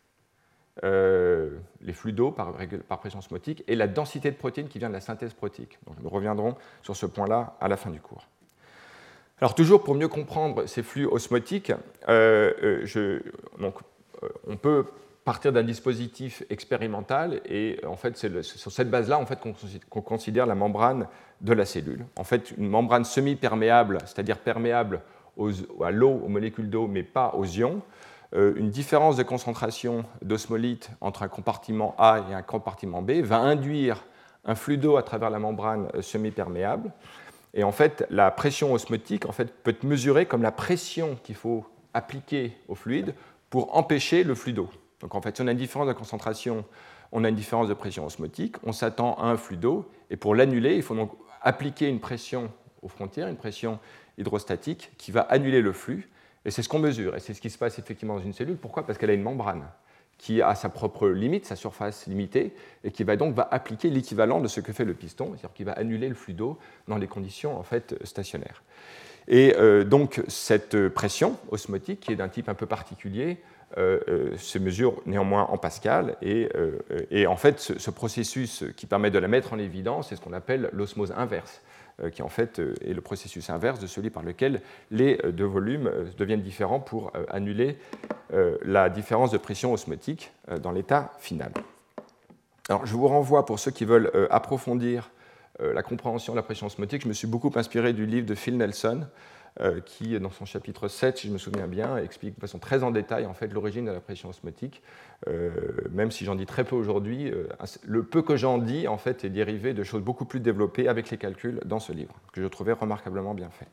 euh, les flux d'eau par, par pression osmotique, et la densité de protéines qui vient de la synthèse protéique. Donc, nous reviendrons sur ce point-là à la fin du cours. Alors toujours pour mieux comprendre ces flux osmotiques, euh, euh, je, donc, euh, on peut partir d'un dispositif expérimental et en fait c'est, le, c'est sur cette base-là en fait, qu'on, qu'on considère la membrane de la cellule. En fait une membrane semi-perméable, c'est-à-dire perméable aux, à l'eau, aux molécules d'eau, mais pas aux ions. Euh, une différence de concentration d'osmolyte entre un compartiment A et un compartiment B va induire un flux d'eau à travers la membrane semi-perméable. Et en fait, la pression osmotique en fait, peut être mesurée comme la pression qu'il faut appliquer au fluide pour empêcher le flux d'eau. Donc en fait, si on a une différence de concentration, on a une différence de pression osmotique, on s'attend à un flux d'eau, et pour l'annuler, il faut donc appliquer une pression aux frontières, une pression hydrostatique qui va annuler le flux, et c'est ce qu'on mesure, et c'est ce qui se passe effectivement dans une cellule. Pourquoi ? Parce qu'elle a une membrane qui a sa propre limite, sa surface limitée, et qui va donc va appliquer l'équivalent de ce que fait le piston, c'est-à-dire qui va annuler le flux d'eau dans les conditions en fait, stationnaires. Et euh, donc cette pression osmotique, qui est d'un type un peu particulier, euh, euh, se mesure néanmoins en Pascal, et, euh, et en fait ce, ce processus qui permet de la mettre en évidence, c'est ce qu'on appelle l'osmose inverse, euh, qui en fait euh, est le processus inverse de celui par lequel les deux volumes euh, deviennent différents pour euh, annuler euh, la différence de pression osmotique euh, dans l'état final. Alors je vous renvoie, pour ceux qui veulent euh, approfondir euh, la compréhension de la pression osmotique, je me suis beaucoup inspiré du livre de Phil Nelson, Euh, qui, dans son chapitre sept, si je me souviens bien, explique de façon très en détail en fait, l'origine de la pression osmotique, euh, même si j'en dis très peu aujourd'hui. Euh, le peu que j'en dis en fait, est dérivé de choses beaucoup plus développées avec les calculs dans ce livre, que je trouvais remarquablement bien fait.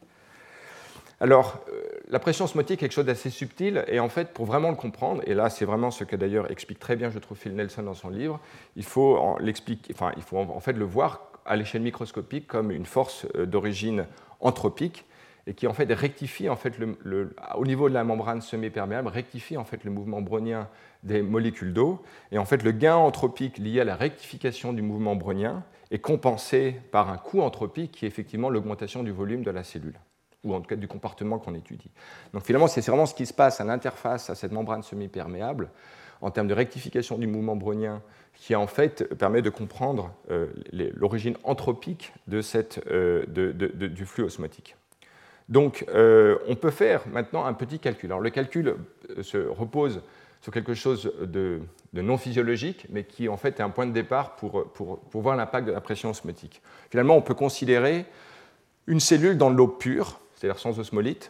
Alors, euh, la pression osmotique est quelque chose d'assez subtil, et en fait, pour vraiment le comprendre, et là c'est vraiment ce que d'ailleurs explique très bien, je trouve, Phil Nelson dans son livre, il faut, en, l'expliquer, enfin, il faut en, en fait le voir à l'échelle microscopique comme une force d'origine anthropique, et qui en fait rectifie en fait le, le, au niveau de la membrane semi-perméable, rectifie en fait le mouvement brownien des molécules d'eau, et en fait le gain anthropique lié à la rectification du mouvement brownien est compensé par un coût anthropique qui est effectivement l'augmentation du volume de la cellule, ou en tout cas du comportement qu'on étudie. Donc finalement c'est vraiment ce qui se passe à l'interface à cette membrane semi-perméable en termes de rectification du mouvement brownien qui en fait permet de comprendre euh, les, l'origine anthropique de cette, euh, de, de, de, du flux osmotique. Donc, euh, on peut faire maintenant un petit calcul. Alors, le calcul se repose sur quelque chose de, de non physiologique, mais qui en fait est un point de départ pour, pour, pour voir l'impact de la pression osmotique. Finalement, on peut considérer une cellule dans de l'eau pure, c'est-à-dire sans osmolyte,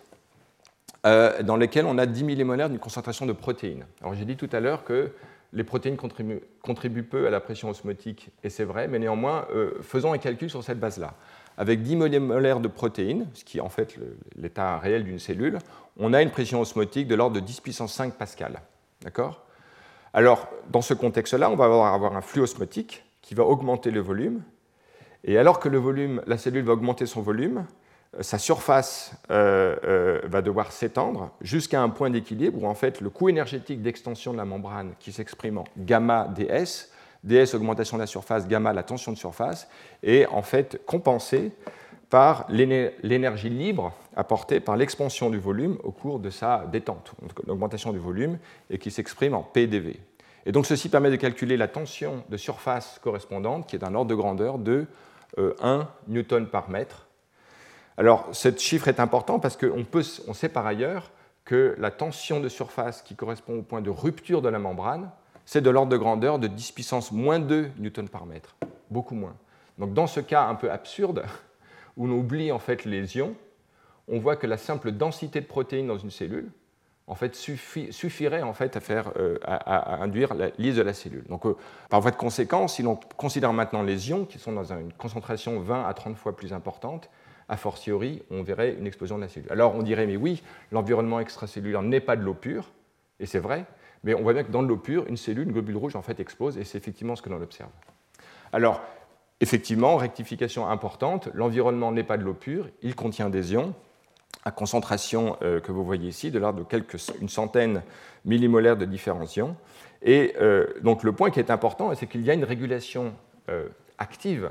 euh, dans laquelle on a dix millimolaires d'une concentration de protéines. Alors, j'ai dit tout à l'heure que les protéines contribuent, contribuent peu à la pression osmotique, et c'est vrai, mais néanmoins, euh, faisons un calcul sur cette base-là. Avec dix millimolaires de protéines, ce qui est en fait le, l'état réel d'une cellule, on a une pression osmotique de l'ordre de dix puissance cinq pascal. D'accord ? Alors, dans ce contexte-là, on va avoir, avoir un flux osmotique qui va augmenter le volume, et alors que le volume, la cellule va augmenter son volume, sa surface euh, euh, va devoir s'étendre jusqu'à un point d'équilibre où en fait le coût énergétique d'extension de la membrane qui s'exprime en gamma ds, ds augmentation de la surface, gamma la tension de surface, est en fait compensé par l'énergie libre apporté par l'expansion du volume au cours de sa détente, donc l'augmentation du volume, et qui s'exprime en P dV. Et donc ceci permet de calculer la tension de surface correspondante, qui est d'un ordre de grandeur de euh, un newton par mètre. Alors ce chiffre est important parce qu'on peut, on sait par ailleurs que la tension de surface qui correspond au point de rupture de la membrane, c'est de l'ordre de grandeur de dix puissance moins deux newtons par mètre, beaucoup moins. Donc dans ce cas un peu absurde, où on oublie en fait les ions, on voit que la simple densité de protéines dans une cellule en fait, suffi, suffirait en fait, à, faire, euh, à, à induire la lyse de la cellule. Donc, euh, par voie de conséquence, si l'on considère maintenant les ions, qui sont dans une concentration vingt à trente fois plus importante, a fortiori, on verrait une explosion de la cellule. Alors, on dirait, mais oui, l'environnement extracellulaire n'est pas de l'eau pure, et c'est vrai, mais on voit bien que dans de l'eau pure, une cellule, une globule rouge, en fait, explose, et c'est effectivement ce que l'on observe. Alors, effectivement, rectification importante, l'environnement n'est pas de l'eau pure, il contient des ions, à concentration euh, que vous voyez ici, de l'ordre de quelques, une centaine millimolaires de différents ions. Et euh, donc le point qui est important, c'est qu'il y a une régulation euh, active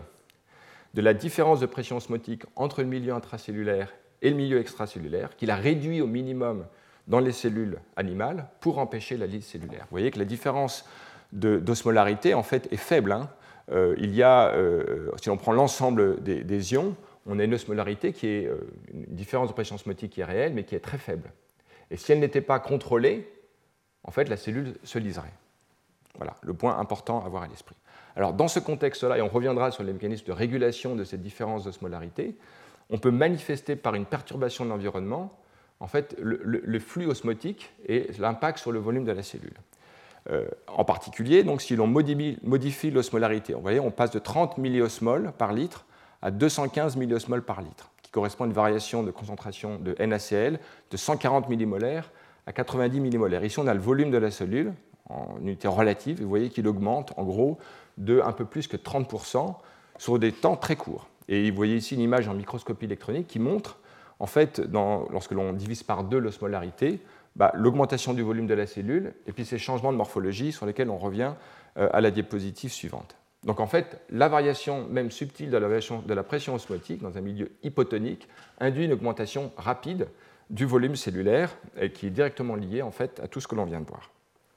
de la différence de pression osmotique entre le milieu intracellulaire et le milieu extracellulaire, qui la réduit au minimum dans les cellules animales pour empêcher la lyse cellulaire. Vous voyez que la différence de, d'osmolarité en fait, est faible. Hein. Euh, il y a, euh, si on prend l'ensemble des, des ions, on a une osmolarité qui est une différence de pression osmotique qui est réelle, mais qui est très faible. Et si elle n'était pas contrôlée, en fait, la cellule se liserait. Voilà, le point important à avoir à l'esprit. Alors, dans ce contexte-là, et on reviendra sur les mécanismes de régulation de cette différence d'osmolarité, on peut manifester par une perturbation de l'environnement, en fait, le, le, le flux osmotique et l'impact sur le volume de la cellule. Euh, en particulier, donc, si l'on modifie, modifie l'osmolarité, vous voyez, on passe de trente milliosmoles par litre à deux cent quinze milliosmoles par litre, qui correspond à une variation de concentration de NaCl de cent quarante millimolaires à quatre-vingt-dix millimolaires. Ici, on a le volume de la cellule en unité relative, et vous voyez qu'il augmente en gros de un peu plus que trente pour cent sur des temps très courts. Et vous voyez ici une image en microscopie électronique qui montre, en fait, dans, lorsque l'on divise par deux l'osmolarité, bah, l'augmentation du volume de la cellule et puis ces changements de morphologie sur lesquels on revient euh, à la diapositive suivante. Donc en fait, la variation même subtile de la, variation de la pression osmotique dans un milieu hypotonique induit une augmentation rapide du volume cellulaire et qui est directement liée en fait à tout ce que l'on vient de voir.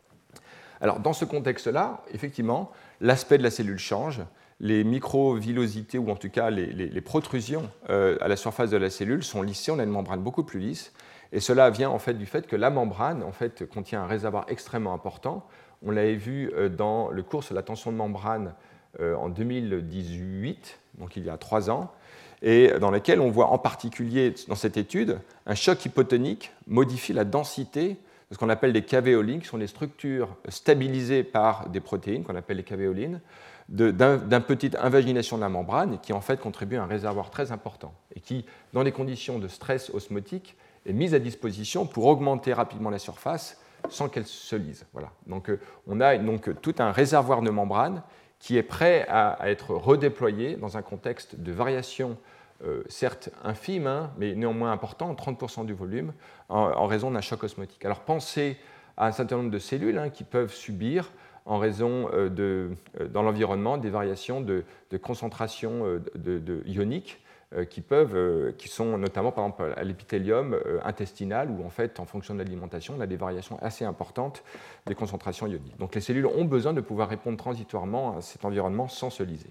Alors dans ce contexte-là, effectivement, l'aspect de la cellule change, les microvillosités ou en tout cas les, les, les protrusions euh, à la surface de la cellule sont lissées, on a une membrane beaucoup plus lisse et cela vient en fait du fait que la membrane en fait contient un réservoir extrêmement important. On l'avait vu dans le cours sur la tension de membrane en deux mille dix-huit, donc il y a trois ans, et dans lequel on voit en particulier dans cette étude un choc hypotonique modifie la densité de ce qu'on appelle des cavéolines, qui sont des structures stabilisées par des protéines qu'on appelle les cavéolines, de, d'un, d'une petite invagination de la membrane et qui en fait contribue à un réservoir très important et qui, dans les conditions de stress osmotique, est mise à disposition pour augmenter rapidement la surface sans qu'elle se lise. Voilà. Donc, on a donc tout un réservoir de membrane qui est prêt à, à être redéployé dans un contexte de variation, euh, certes infime, hein, mais néanmoins important, trente pour cent du volume, en, en raison d'un choc osmotique. Alors pensez à un certain nombre de cellules hein, qui peuvent subir, en raison euh, de, euh, dans l'environnement, des variations de, de concentration euh, de, de, ionique euh, qui, peuvent, euh, qui sont notamment par exemple à l'épithélium euh, intestinal, où en fait, en fonction de l'alimentation, on a des variations assez importantes des concentrations ioniques. Donc les cellules ont besoin de pouvoir répondre transitoirement à cet environnement sans se liser.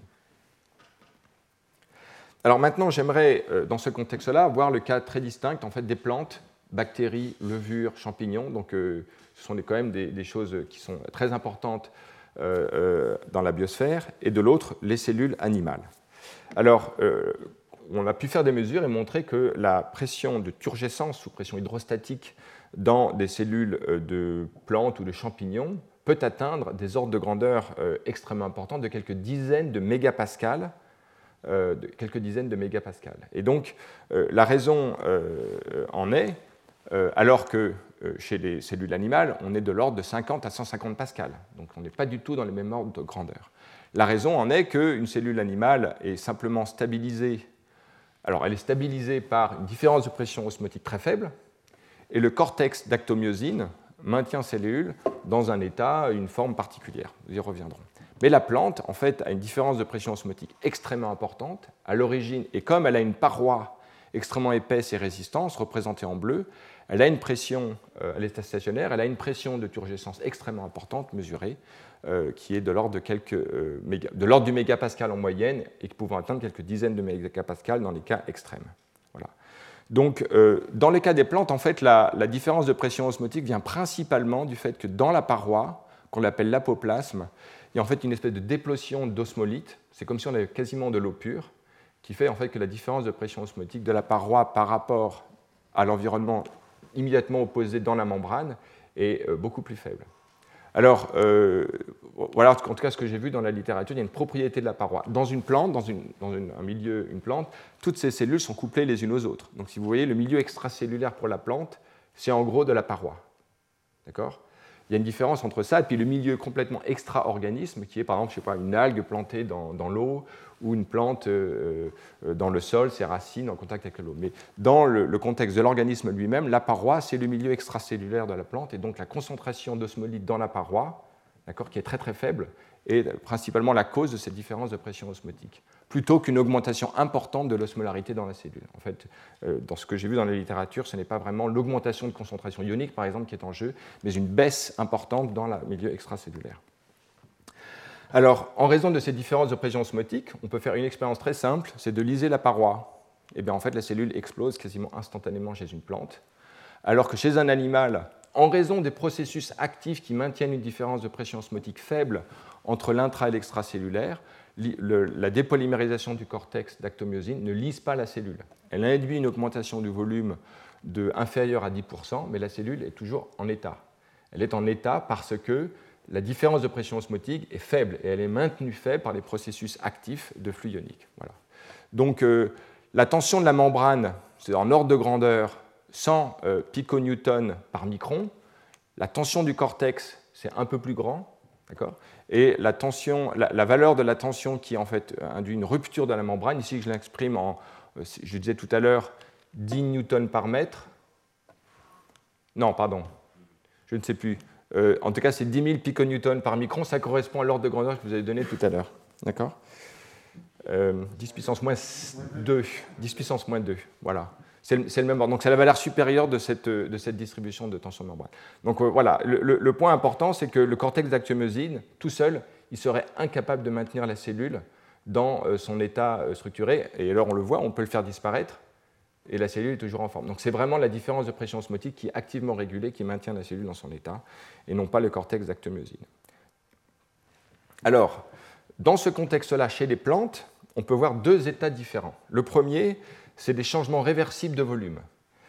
Alors maintenant, j'aimerais, euh, dans ce contexte-là, voir le cas très distinct en fait, des plantes, bactéries, levures, champignons. Donc euh, ce sont des, quand même des, des choses qui sont très importantes euh, euh, dans la biosphère, et de l'autre, les cellules animales. Alors, euh, on a pu faire des mesures et montrer que la pression de turgescence sous pression hydrostatique dans des cellules de plantes ou de champignons peut atteindre des ordres de grandeur euh, extrêmement importants de quelques dizaines de mégapascales, euh, de quelques dizaines de mégapascales. Et donc, euh, la raison euh, en est, euh, alors que euh, chez les cellules animales, on est de l'ordre de cinquante à cent cinquante pascales. Donc, on n'est pas du tout dans les mêmes ordres de grandeur. La raison en est qu'une cellule animale est simplement stabilisée. Alors, elle est stabilisée par une différence de pression osmotique très faible, et le cortex d'actomyosine maintient ces cellules dans un état, une forme particulière. Nous y reviendrons. Mais la plante, en fait, a une différence de pression osmotique extrêmement importante à l'origine, et comme elle a une paroi extrêmement épaisse et résistante, représentée en bleu. Elle a une pression euh, à l'état stationnaire, elle a une pression de turgescence extrêmement importante, mesurée, euh, qui est de l'ordre de quelques euh, méga, de l'ordre du mégapascal en moyenne et qui pouvant atteindre quelques dizaines de mégapascals dans les cas extrêmes. Voilà. Donc, euh, dans les cas des plantes, en fait, la, la différence de pression osmotique vient principalement du fait que dans la paroi, qu'on appelle l'apoplasme, il y a en fait une espèce de déplotion d'osmolyte. C'est comme si on avait quasiment de l'eau pure, qui fait en fait que la différence de pression osmotique de la paroi par rapport à l'environnement immédiatement opposé dans la membrane est beaucoup plus faible. Alors, euh, voilà en tout cas ce que j'ai vu dans la littérature, il y a une propriété de la paroi. Dans une plante, dans, une, dans une, un milieu, une plante, toutes ces cellules sont couplées les unes aux autres. Donc si vous voyez, le milieu extracellulaire pour la plante, c'est en gros de la paroi. D'accord ? Il y a une différence entre ça et puis le milieu complètement extra-organisme, qui est par exemple, je sais pas, une algue plantée dans, dans l'eau ou une plante euh, dans le sol, ses racines en contact avec l'eau. Mais dans le, le contexte de l'organisme lui-même, la paroi, c'est le milieu extracellulaire de la plante, et donc la concentration d'osmolyte dans la paroi, d'accord, qui est très très faible, est principalement la cause de cette différence de pression osmotique, plutôt qu'une augmentation importante de l'osmolarité dans la cellule. En fait, euh, dans ce que j'ai vu dans la littérature, ce n'est pas vraiment l'augmentation de concentration ionique, par exemple, qui est en jeu, mais une baisse importante dans le milieu extracellulaire. Alors, en raison de ces différences de pression osmotique, on peut faire une expérience très simple, c'est de liser la paroi. Et bien, en fait, la cellule explose quasiment instantanément chez une plante, alors que chez un animal, en raison des processus actifs qui maintiennent une différence de pression osmotique faible entre l'intra et l'extracellulaire, la dépolymérisation du cortex d'actomyosine ne lise pas la cellule. Elle induit une augmentation du volume de inférieure à dix pour cent, mais la cellule est toujours en état. Elle est en état parce que la différence de pression osmotique est faible et elle est maintenue faible par les processus actifs de flux ionique. Voilà. Donc euh, la tension de la membrane, c'est en ordre de grandeur cent euh, piconewtons par micron. La tension du cortex, c'est un peu plus grand. D'accord ? Et la, tension, la, la valeur de la tension qui en fait induit une rupture de la membrane, ici je l'exprime en, je disais tout à l'heure, dix newtons par mètre. Non, pardon, je ne sais plus. Euh, en tout cas, c'est dix mille piconewtons par micron, ça correspond à l'ordre de grandeur que je vous avez donné tout à l'heure. D'accord ? euh, dix puissance moins deux. dix puissance moins deux, voilà. C'est le, c'est le même ordre. Donc c'est la valeur supérieure de cette, de cette distribution de tension de membrane. Donc euh, voilà, le, le, le point important, c'est que le cortex d'actomyosine, tout seul, il serait incapable de maintenir la cellule dans euh, son état euh, structuré. Et alors on le voit, on peut le faire disparaître, et la cellule est toujours en forme. Donc c'est vraiment la différence de pression osmotique qui est activement régulée, qui maintient la cellule dans son état, et non pas le cortex d'actomyosine. Alors, dans ce contexte-là, chez les plantes, on peut voir deux états différents. Le premier, c'est des changements réversibles de volume.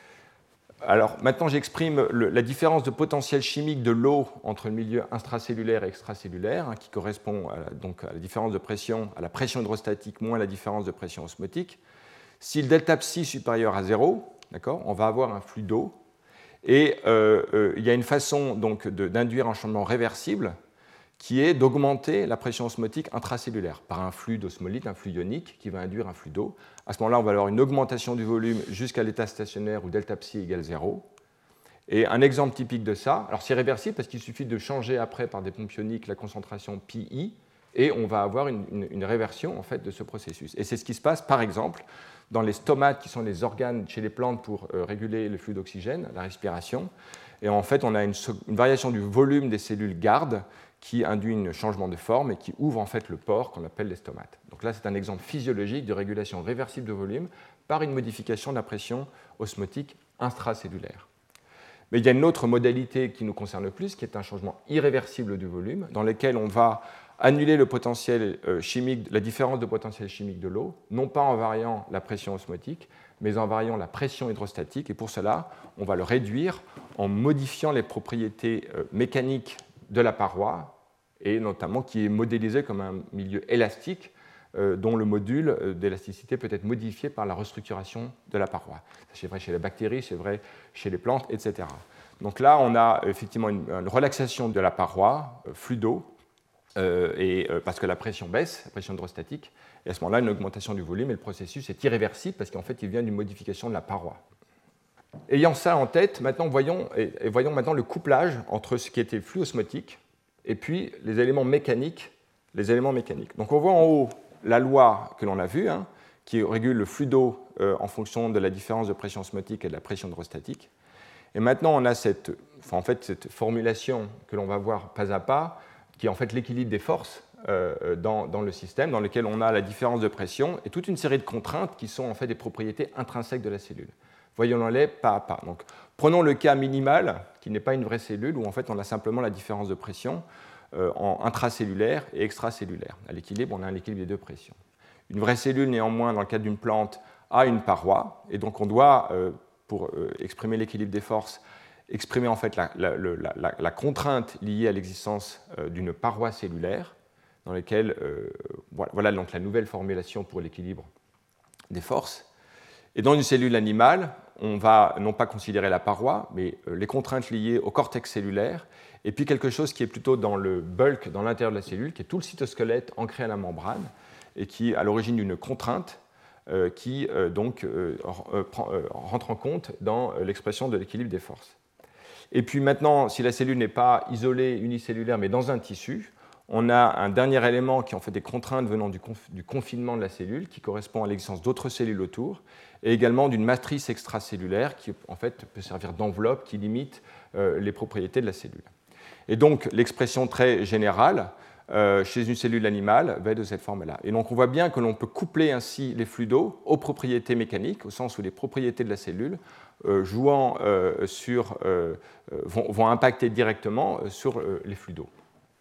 Alors maintenant, j'exprime le, la différence de potentiel chimique de l'eau entre le milieu intracellulaire et extracellulaire, hein, qui correspond à la, donc à la différence de pression, à la pression hydrostatique moins la différence de pression osmotique. Si le delta psi est supérieur à zéro, on va avoir un flux d'eau, et euh, euh, il y a une façon donc, de, d'induire un changement réversible, qui est d'augmenter la pression osmotique intracellulaire par un flux d'osmolyte, un flux ionique qui va induire un flux d'eau. À ce moment-là, on va avoir une augmentation du volume jusqu'à l'état stationnaire où delta psi égale zéro. Et un exemple typique de ça, alors c'est réversible parce qu'il suffit de changer après par des pompes ioniques la concentration pi, et on va avoir une, une, une réversion en fait, de ce processus. Et c'est ce qui se passe, par exemple, dans les stomates, qui sont les organes chez les plantes pour euh, réguler le flux d'oxygène, la respiration. Et en fait, on a une, une variation du volume des cellules gardes qui induit un changement de forme et qui ouvre en fait le pore qu'on appelle les stomates. Donc là, c'est un exemple physiologique de régulation réversible de volume par une modification de la pression osmotique intracellulaire. Mais il y a une autre modalité qui nous concerne plus, qui est un changement irréversible du volume, dans lequel on va annuler le potentiel chimique, la différence de potentiel chimique de l'eau, non pas en variant la pression osmotique, mais en variant la pression hydrostatique. Et pour cela, on va le réduire en modifiant les propriétés mécaniques de la paroi, et notamment qui est modélisé comme un milieu élastique euh, dont le module d'élasticité peut être modifié par la restructuration de la paroi. C'est vrai chez les bactéries, c'est vrai chez les plantes, et cetera. Donc là, on a effectivement une, une relaxation de la paroi, euh, flux d'eau, euh, et, euh, parce que la pression baisse, la pression hydrostatique, et à ce moment-là, une augmentation du volume, et le processus est irréversible parce qu'en fait, il vient d'une modification de la paroi. Ayant ça en tête, maintenant voyons, et, et voyons maintenant le couplage entre ce qui était flux osmotique et puis les éléments mécaniques, les éléments mécaniques. Donc on voit en haut la loi que l'on a vue, hein, qui régule le flux d'eau euh, en fonction de la différence de pression osmotique et de la pression hydrostatique. Et maintenant, on a cette, enfin, en fait, cette formulation que l'on va voir pas à pas, qui est en fait l'équilibre des forces euh, dans, dans le système, dans lequel on a la différence de pression et toute une série de contraintes qui sont en fait des propriétés intrinsèques de la cellule. Voyons-les pas à pas. Donc, prenons le cas minimal, qui n'est pas une vraie cellule, où en fait on a simplement la différence de pression euh, en intracellulaire et extracellulaire. À l'équilibre, on a un équilibre des deux pressions. Une vraie cellule, néanmoins, dans le cadre d'une plante, a une paroi, et donc on doit, euh, pour euh, exprimer l'équilibre des forces, exprimer en fait la, la, la, la, la contrainte liée à l'existence euh, d'une paroi cellulaire, dans laquelle, euh, voilà, voilà donc la nouvelle formulation pour l'équilibre des forces. Et dans une cellule animale, on va non pas considérer la paroi, mais euh, les contraintes liées au cortex cellulaire, et puis quelque chose qui est plutôt dans le bulk, dans l'intérieur de la cellule, qui est tout le cytosquelette ancré à la membrane, et qui est à l'origine d'une contrainte euh, qui euh, donc euh, euh, prend, euh, rentre en compte dans euh, l'expression de l'équilibre des forces. Et puis maintenant, si la cellule n'est pas isolée, unicellulaire, mais dans un tissu, on a un dernier élément qui est en fait des contraintes venant du, conf- du confinement de la cellule, qui correspond à l'existence d'autres cellules autour, et également d'une matrice extracellulaire qui en fait peut servir d'enveloppe, qui limite euh, les propriétés de la cellule. Et donc l'expression très générale euh, chez une cellule animale va être de cette forme-là. Et donc on voit bien que l'on peut coupler ainsi les flux d'eau aux propriétés mécaniques, au sens où les propriétés de la cellule euh, jouant euh, sur, euh, vont, vont impacter directement sur euh, les flux d'eau.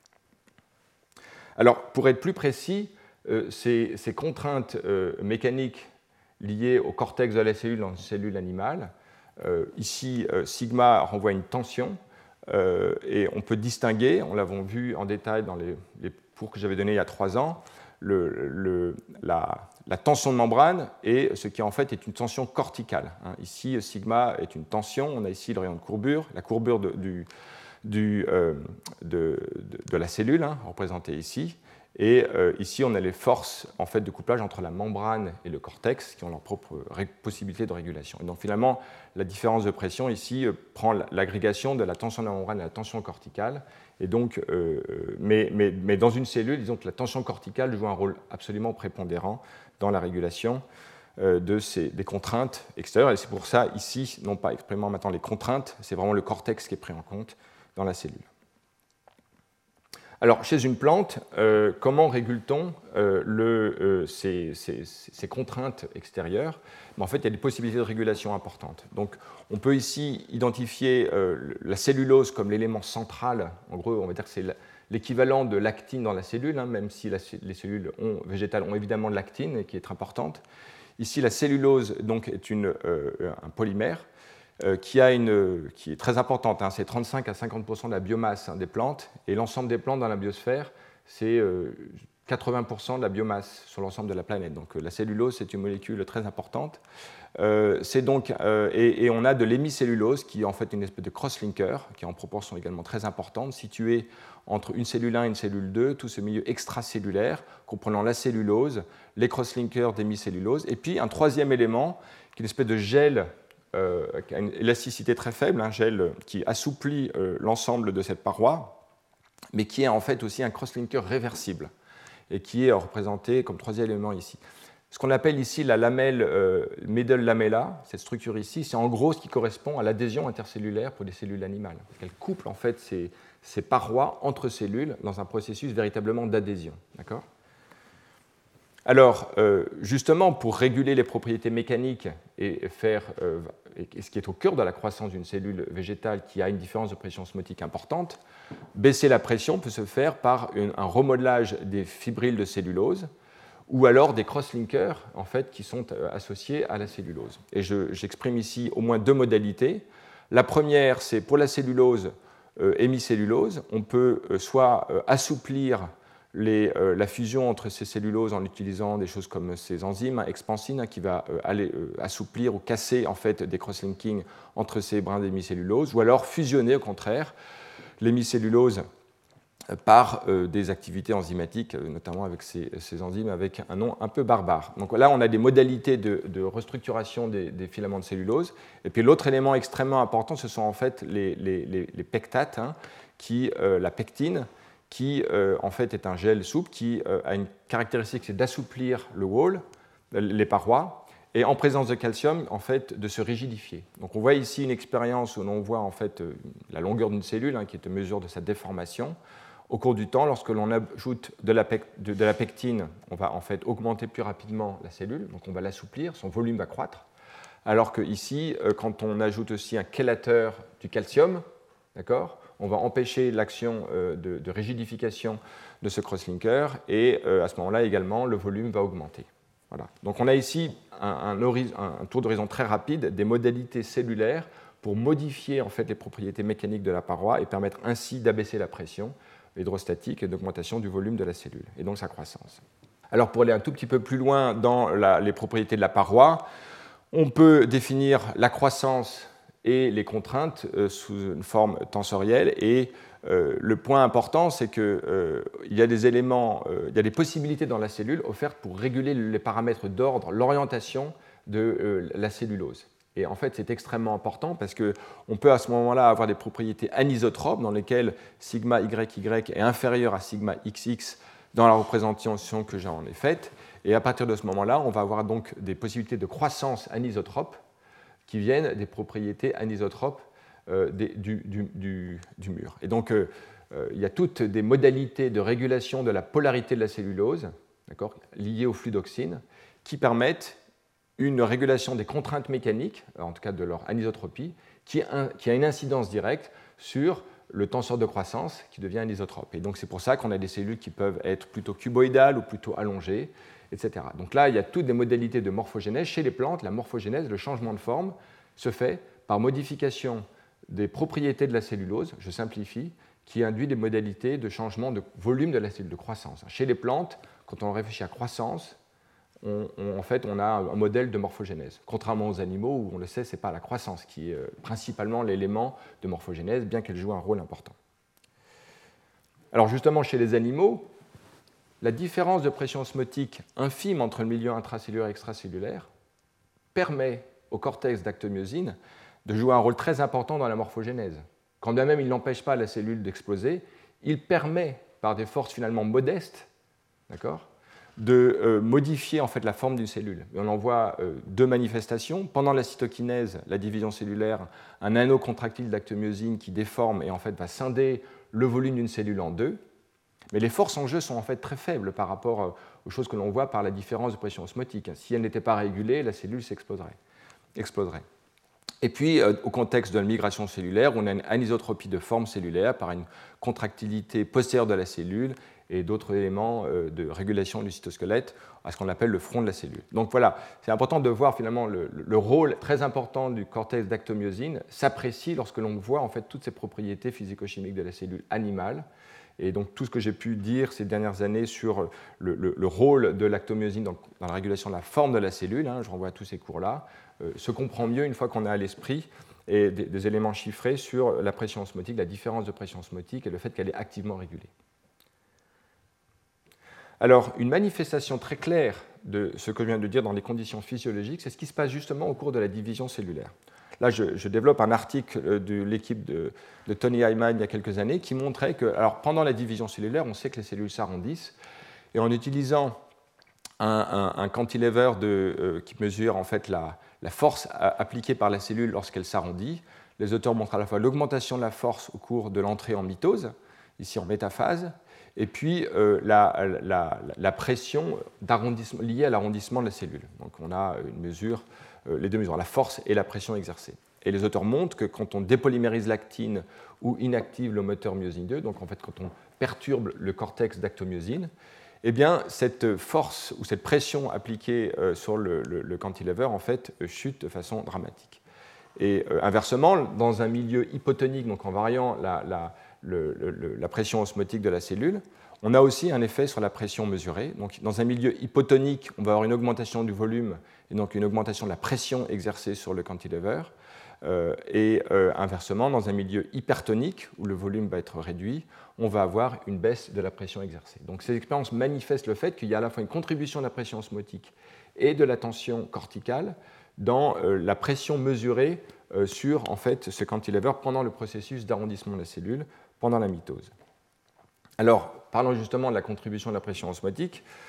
Alors, pour être plus précis, euh, ces, ces contraintes euh, mécaniques liées au cortex de la cellule dans une cellule animale, euh, ici, euh, sigma renvoie une tension, euh, et on peut distinguer, on l'avons vu en détail dans les, les cours que j'avais donnés il y a trois ans, le, le, la, la tension de membrane et ce qui en fait est une tension corticale. Hein. Ici, sigma est une tension, on a ici le rayon de courbure, la courbure de, du Du, euh, de, de, de la cellule, hein, représentée ici. Et euh, ici, on a les forces en fait, de couplage entre la membrane et le cortex qui ont leur propre possibilité de régulation. Et donc finalement, la différence de pression ici euh, prend l'agrégation de la tension de la membrane et la tension corticale. Et donc, euh, mais, mais, mais dans une cellule, disons que la tension corticale joue un rôle absolument prépondérant dans la régulation euh, de ces, des contraintes extérieures. Et c'est pour ça, ici, non pas exprimant maintenant les contraintes, c'est vraiment le cortex qui est pris en compte dans la cellule. Alors, chez une plante, euh, comment régule-t-on euh, le, euh, ces, ces, ces contraintes extérieures? Mais en fait, il y a des possibilités de régulation importantes. Donc, on peut ici identifier euh, la cellulose comme l'élément central. En gros, on va dire que c'est l'équivalent de l'actine dans la cellule, hein, même si la, les cellules ont, végétales ont évidemment de l'actine, qui est très importante. Ici, la cellulose donc, est une, euh, un polymère. Euh, qui, a une, qui est très importante, hein, c'est trente-cinq à cinquante pour cent de la biomasse hein, des plantes, et l'ensemble des plantes dans la biosphère, c'est euh, quatre-vingts pour cent de la biomasse sur l'ensemble de la planète. Donc euh, la cellulose, c'est une molécule très importante. Euh, c'est donc, euh, et, et on a de l'hémicellulose, qui est en fait une espèce de crosslinker, qui est en proportion également très importante, située entre une cellule un et une cellule deux, tout ce milieu extracellulaire, comprenant la cellulose, les crosslinkers d'hémicellulose, et puis un troisième élément, qui est une espèce de gel Euh, qui a une élasticité très faible, un gel qui assouplit euh, l'ensemble de cette paroi, mais qui est en fait aussi un crosslinker réversible et qui est représenté comme troisième élément ici. Ce qu'on appelle ici la lamelle euh, middle lamella, cette structure ici, c'est en gros ce qui correspond à l'adhésion intercellulaire pour des cellules animales. Elle couple en fait ces, ces parois entre cellules dans un processus véritablement d'adhésion. D'accord ? Alors, euh, justement, pour réguler les propriétés mécaniques et faire, euh, et ce qui est au cœur de la croissance d'une cellule végétale qui a une différence de pression osmotique importante, baisser la pression peut se faire par une, un remodelage des fibrilles de cellulose ou alors des crosslinkers en fait, qui sont euh, associés à la cellulose. Et je, j'exprime ici au moins deux modalités. La première, c'est pour la cellulose euh, hémicellulose, on peut euh, soit euh, assouplir Les, euh, la fusion entre ces celluloses en utilisant des choses comme ces enzymes, hein, expansine, hein, qui va euh, aller euh, assouplir ou casser en fait, des crosslinkings entre ces brins d'hémicellulose, ou alors fusionner au contraire l'hémicellulose par euh, des activités enzymatiques, euh, notamment avec ces, ces enzymes avec un nom un peu barbare. Donc là, on a des modalités de, de restructuration des, des filaments de cellulose. Et puis l'autre élément extrêmement important, ce sont en fait les, les, les, les pectates, hein, qui, euh, la pectine, qui euh, en fait est un gel souple qui euh, a une caractéristique, c'est d'assouplir le wall les parois, et en présence de calcium, en fait, de se rigidifier. Donc on voit ici une expérience où l'on voit en fait la longueur d'une cellule, hein, qui est une mesure de sa déformation. Au cours du temps, lorsque l'on ajoute de la, pec de, de la pectine, on va en fait augmenter plus rapidement la cellule, donc on va l'assouplir, son volume va croître. Alors qu'ici, quand on ajoute aussi un chélateur du calcium, d'accord, on va empêcher l'action de, de rigidification de ce crosslinker, et à ce moment-là également, le volume va augmenter. Voilà. Donc on a ici un, un, un tour d'horizon très rapide des modalités cellulaires pour modifier en fait, les propriétés mécaniques de la paroi et permettre ainsi d'abaisser la pression hydrostatique et d'augmentation du volume de la cellule, et donc sa croissance. Alors pour aller un tout petit peu plus loin dans la, les propriétés de la paroi, on peut définir la croissance et les contraintes euh, sous une forme tensorielle, et euh, le point important, c'est qu'il euh, y a des éléments, euh, il y a des possibilités dans la cellule offertes pour réguler les paramètres d'ordre, l'orientation de euh, la cellulose. Et en fait, c'est extrêmement important parce qu'on peut à ce moment-là avoir des propriétés anisotropes dans lesquelles sigma Y Y est inférieur à sigma X X dans la représentation que j'en ai faite. Et à partir de ce moment-là, on va avoir donc des possibilités de croissance anisotropes qui viennent des propriétés anisotropes euh, des, du, du, du, du mur. Et donc, euh, euh, il y a toutes des modalités de régulation de la polarité de la cellulose, liées au flux d'oxine, qui permettent une régulation des contraintes mécaniques, en tout cas de leur anisotropie, qui, un, qui a une incidence directe sur le tenseur de croissance qui devient anisotrope. Et donc c'est pour ça qu'on a des cellules qui peuvent être plutôt cuboïdales ou plutôt allongées, et cetera. Donc là, il y a toutes des modalités de morphogénèse. Chez les plantes, la morphogénèse, le changement de forme, se fait par modification des propriétés de la cellulose, je simplifie, qui induit des modalités de changement de volume de la cellule de croissance. Chez les plantes, quand on réfléchit à croissance, On, on, en fait, on a un modèle de morphogénèse. Contrairement aux animaux, où on le sait, ce n'est pas la croissance qui est euh, principalement l'élément de morphogénèse, bien qu'elle joue un rôle important. Alors justement, chez les animaux, la différence de pression osmotique infime entre le milieu intracellulaire et extracellulaire permet au cortex d'actomyosine de jouer un rôle très important dans la morphogénèse. Quand bien même il n'empêche pas la cellule d'exploser, il permet, par des forces finalement modestes, d'accord, de euh, modifier en fait, la forme d'une cellule. Et on en voit euh, deux manifestations. Pendant la cytokinèse, la division cellulaire, un anneau contractile d'actomyosine qui déforme et en fait, va scinder le volume d'une cellule en deux. Mais les forces en jeu sont en fait très faibles par rapport euh, aux choses que l'on voit par la différence de pression osmotique. Si elle n'était pas régulée, la cellule s'exploserait. Exploserait. Et puis, euh, au contexte de la migration cellulaire, on a une anisotropie de forme cellulaire par une contractilité postérieure de la cellule et d'autres éléments de régulation du cytosquelette, à ce qu'on appelle le front de la cellule. Donc voilà, c'est important de voir finalement le, le rôle très important du cortex d'actomyosine s'apprécie lorsque l'on voit en fait toutes ces propriétés physico-chimiques de la cellule animale. Et donc tout ce que j'ai pu dire ces dernières années sur le, le, le rôle de l'actomyosine dans, dans la régulation de la forme de la cellule, hein, je renvoie à tous ces cours-là, euh, se comprend mieux une fois qu'on a à l'esprit et des, des éléments chiffrés sur la pression osmotique, la différence de pression osmotique et le fait qu'elle est activement régulée. Alors, une manifestation très claire de ce que je viens de dire dans les conditions physiologiques, c'est ce qui se passe justement au cours de la division cellulaire. Là, je, je développe un article de l'équipe de, de Tony Hyman il y a quelques années qui montrait que, alors, pendant la division cellulaire, on sait que les cellules s'arrondissent, et en utilisant un, un, un cantilever de, euh, qui mesure en fait la, la force à, appliquée par la cellule lorsqu'elle s'arrondit, les auteurs montrent à la fois l'augmentation de la force au cours de l'entrée en mitose, ici en métaphase, et puis euh, la, la, la pression liée à l'arrondissement de la cellule. Donc on a une mesure, euh, les deux mesures, la force et la pression exercée. Et les auteurs montrent que quand on dépolymérise l'actine ou inactive le moteur myosine deux, donc en fait quand on perturbe le cortex d'actomyosine, eh bien cette force ou cette pression appliquée euh, sur le, le, le cantilever en fait chute de façon dramatique. Et euh, inversement, dans un milieu hypotonique, donc en variant la, la Le, le, la pression osmotique de la cellule, on a aussi un effet sur la pression mesurée. Donc, dans un milieu hypotonique, on va avoir une augmentation du volume et donc une augmentation de la pression exercée sur le cantilever. Euh, et euh, inversement, dans un milieu hypertonique, où le volume va être réduit, on va avoir une baisse de la pression exercée. Donc, ces expériences manifestent le fait qu'il y a à la fois une contribution de la pression osmotique et de la tension corticale dans euh, la pression mesurée euh, sur en fait, ce cantilever pendant le processus d'arrondissement de la cellule, pendant la mitose. Alors, parlons justement de la contribution de la pression osmotique.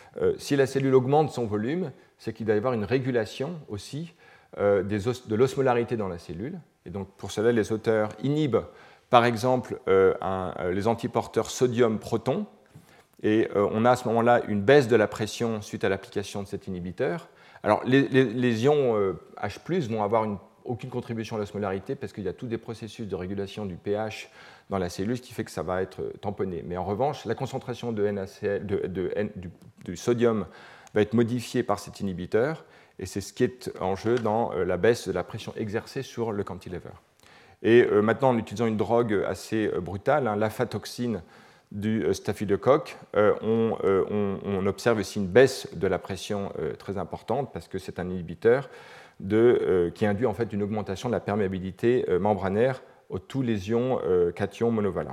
Euh, si la cellule augmente son volume, c'est qu'il doit y avoir une régulation aussi euh, des os, de l'osmolarité dans la cellule. Et donc pour cela, les auteurs inhibent par exemple euh, un, euh, les antiporteurs sodium-proton. Et euh, on a à ce moment-là une baisse de la pression suite à l'application de cet inhibiteur. Alors les, les, les ions euh, H plus, vont avoir une, aucune contribution à l'osmolarité parce qu'il y a tous des processus de régulation du pH dans la cellule, ce qui fait que ça va être tamponné. Mais en revanche, la concentration de NaCl, de, de, de, du, du sodium va être modifiée par cet inhibiteur, et c'est ce qui est en jeu dans euh, la baisse de la pression exercée sur le cantilever. Et euh, maintenant, en utilisant une drogue assez euh, brutale, hein, l'afatoxine du euh, staphylocoque, euh, on, euh, on, on observe aussi une baisse de la pression euh, très importante parce que c'est un inhibiteur de, euh, qui induit en fait une augmentation de la perméabilité euh, membranaire aux tous les ions euh, cations monovalents.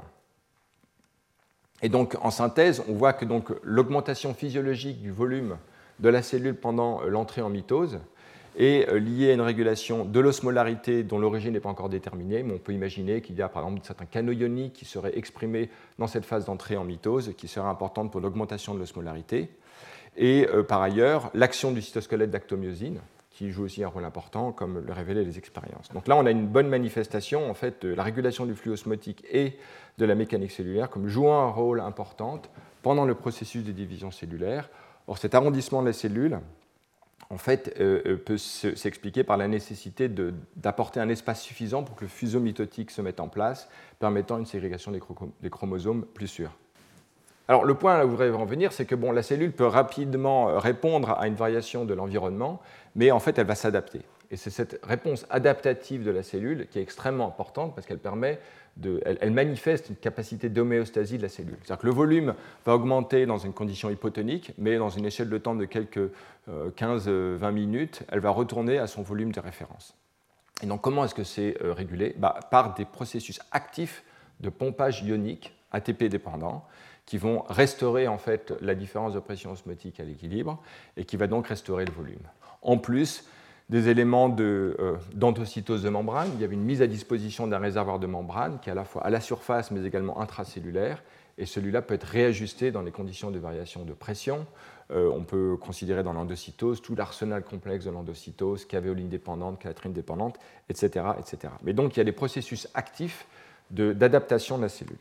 Et donc, en synthèse, on voit que donc, l'augmentation physiologique du volume de la cellule pendant euh, l'entrée en mitose est euh, liée à une régulation de l'osmolarité dont l'origine n'est pas encore déterminée, mais on peut imaginer qu'il y a par exemple certains canaux ioniques qui seraient exprimés dans cette phase d'entrée en mitose, qui seraient importantes pour l'augmentation de l'osmolarité. Et euh, par ailleurs, l'action du cytosquelette d'actomyosine, qui joue aussi un rôle important, comme le révélaient les expériences. Donc là, on a une bonne manifestation en fait, de la régulation du flux osmotique et de la mécanique cellulaire comme jouant un rôle important pendant le processus de division cellulaire. Or, cet arrondissement de la cellule, en fait, euh, peut s'expliquer par la nécessité de, d'apporter un espace suffisant pour que le fuseau mitotique se mette en place, permettant une ségrégation des, des chromosomes plus sûre. Alors, le point là où je voudrais en venir, c'est que bon, la cellule peut rapidement répondre à une variation de l'environnement, mais en fait, elle va s'adapter. Et c'est cette réponse adaptative de la cellule qui est extrêmement importante parce qu'elle permet de, elle, elle manifeste une capacité d'homéostasie de la cellule. C'est-à-dire que le volume va augmenter dans une condition hypotonique, mais dans une échelle de temps de quelques euh, quinze à vingt minutes, elle va retourner à son volume de référence. Et donc, comment est-ce que c'est euh, régulé? Bah, par des processus actifs de pompage ionique, A T P dépendant, qui vont restaurer en fait la différence de pression osmotique à l'équilibre et qui va donc restaurer le volume. En plus des éléments de, euh, d'endocytose de membrane, il y avait une mise à disposition d'un réservoir de membrane qui est à la fois à la surface mais également intracellulaire, et celui-là peut être réajusté dans les conditions de variation de pression. Euh, on peut considérer dans l'endocytose tout l'arsenal complexe de l'endocytose, cavéoline dépendante, calatrine dépendante, et cetera, et cetera. Mais donc il y a des processus actifs de, d'adaptation de la cellule.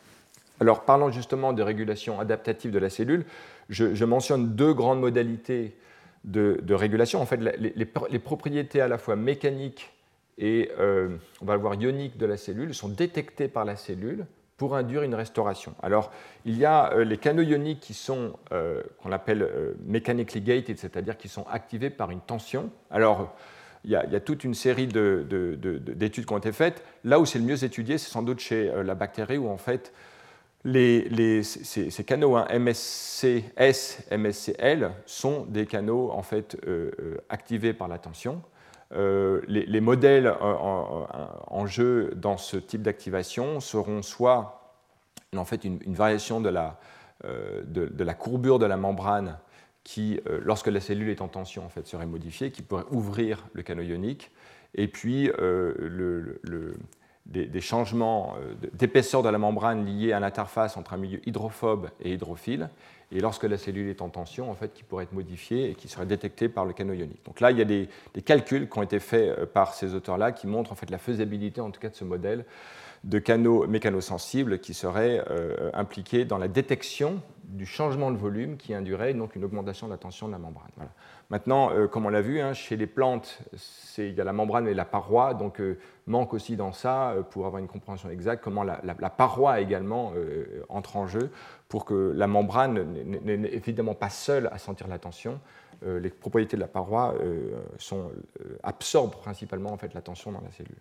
Alors, parlant justement de régulation adaptative de la cellule, je, je mentionne deux grandes modalités de, de régulation. En fait, les, les, les propriétés à la fois mécaniques et, euh, on va le voir, ioniques de la cellule sont détectées par la cellule pour induire une restauration. Alors, il y a euh, les canaux ioniques qui sont, euh, qu'on appelle euh, mechanically gated, c'est-à-dire qui sont activés par une tension. Alors, il y, a, il y a toute une série de, de, de, d'études qui ont été faites. Là où c'est le mieux étudié, c'est sans doute chez euh, la bactérie, où en fait, Les, les, ces, ces canaux hein, M S C S, M S C L sont des canaux en fait, euh, activés par la tension. Euh, les, les modèles en, en, en jeu dans ce type d'activation seront soit en fait, une, une variation de la, euh, de, de la courbure de la membrane qui, euh, lorsque la cellule est en tension, en fait, serait modifiée, qui pourrait ouvrir le canal ionique, et puis euh, le, le, le Des, des changements d'épaisseur de la membrane liés à l'interface entre un milieu hydrophobe et hydrophile, et lorsque la cellule est en tension, en fait, qui pourrait être modifiée et qui serait détectée par le canal ionique. Donc là, il y a des, des calculs qui ont été faits par ces auteurs-là qui montrent en fait, la faisabilité, en tout cas, de ce modèle de canaux mécanosensibles qui seraient euh, impliqués dans la détection du changement de volume qui induirait donc une augmentation de la tension de la membrane. Voilà. Maintenant, euh, comme on l'a vu, hein, chez les plantes, il y a la membrane et la paroi, donc euh, manque aussi dans ça, euh, pour avoir une compréhension exacte, comment la, la, la paroi également euh, entre en jeu pour que la membrane n'est évidemment pas seule à sentir la tension. Euh, les propriétés de la paroi euh, sont, euh, absorbent principalement en fait, la tension dans la cellule.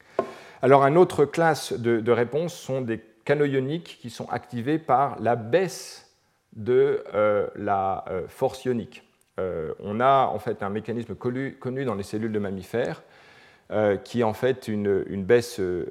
Alors, une autre classe de, de réponses sont des canaux ioniques qui sont activés par la baisse de euh, la euh, force ionique. Euh, on a en fait un mécanisme connu, connu dans les cellules de mammifères euh, qui est en fait une, une baisse, euh,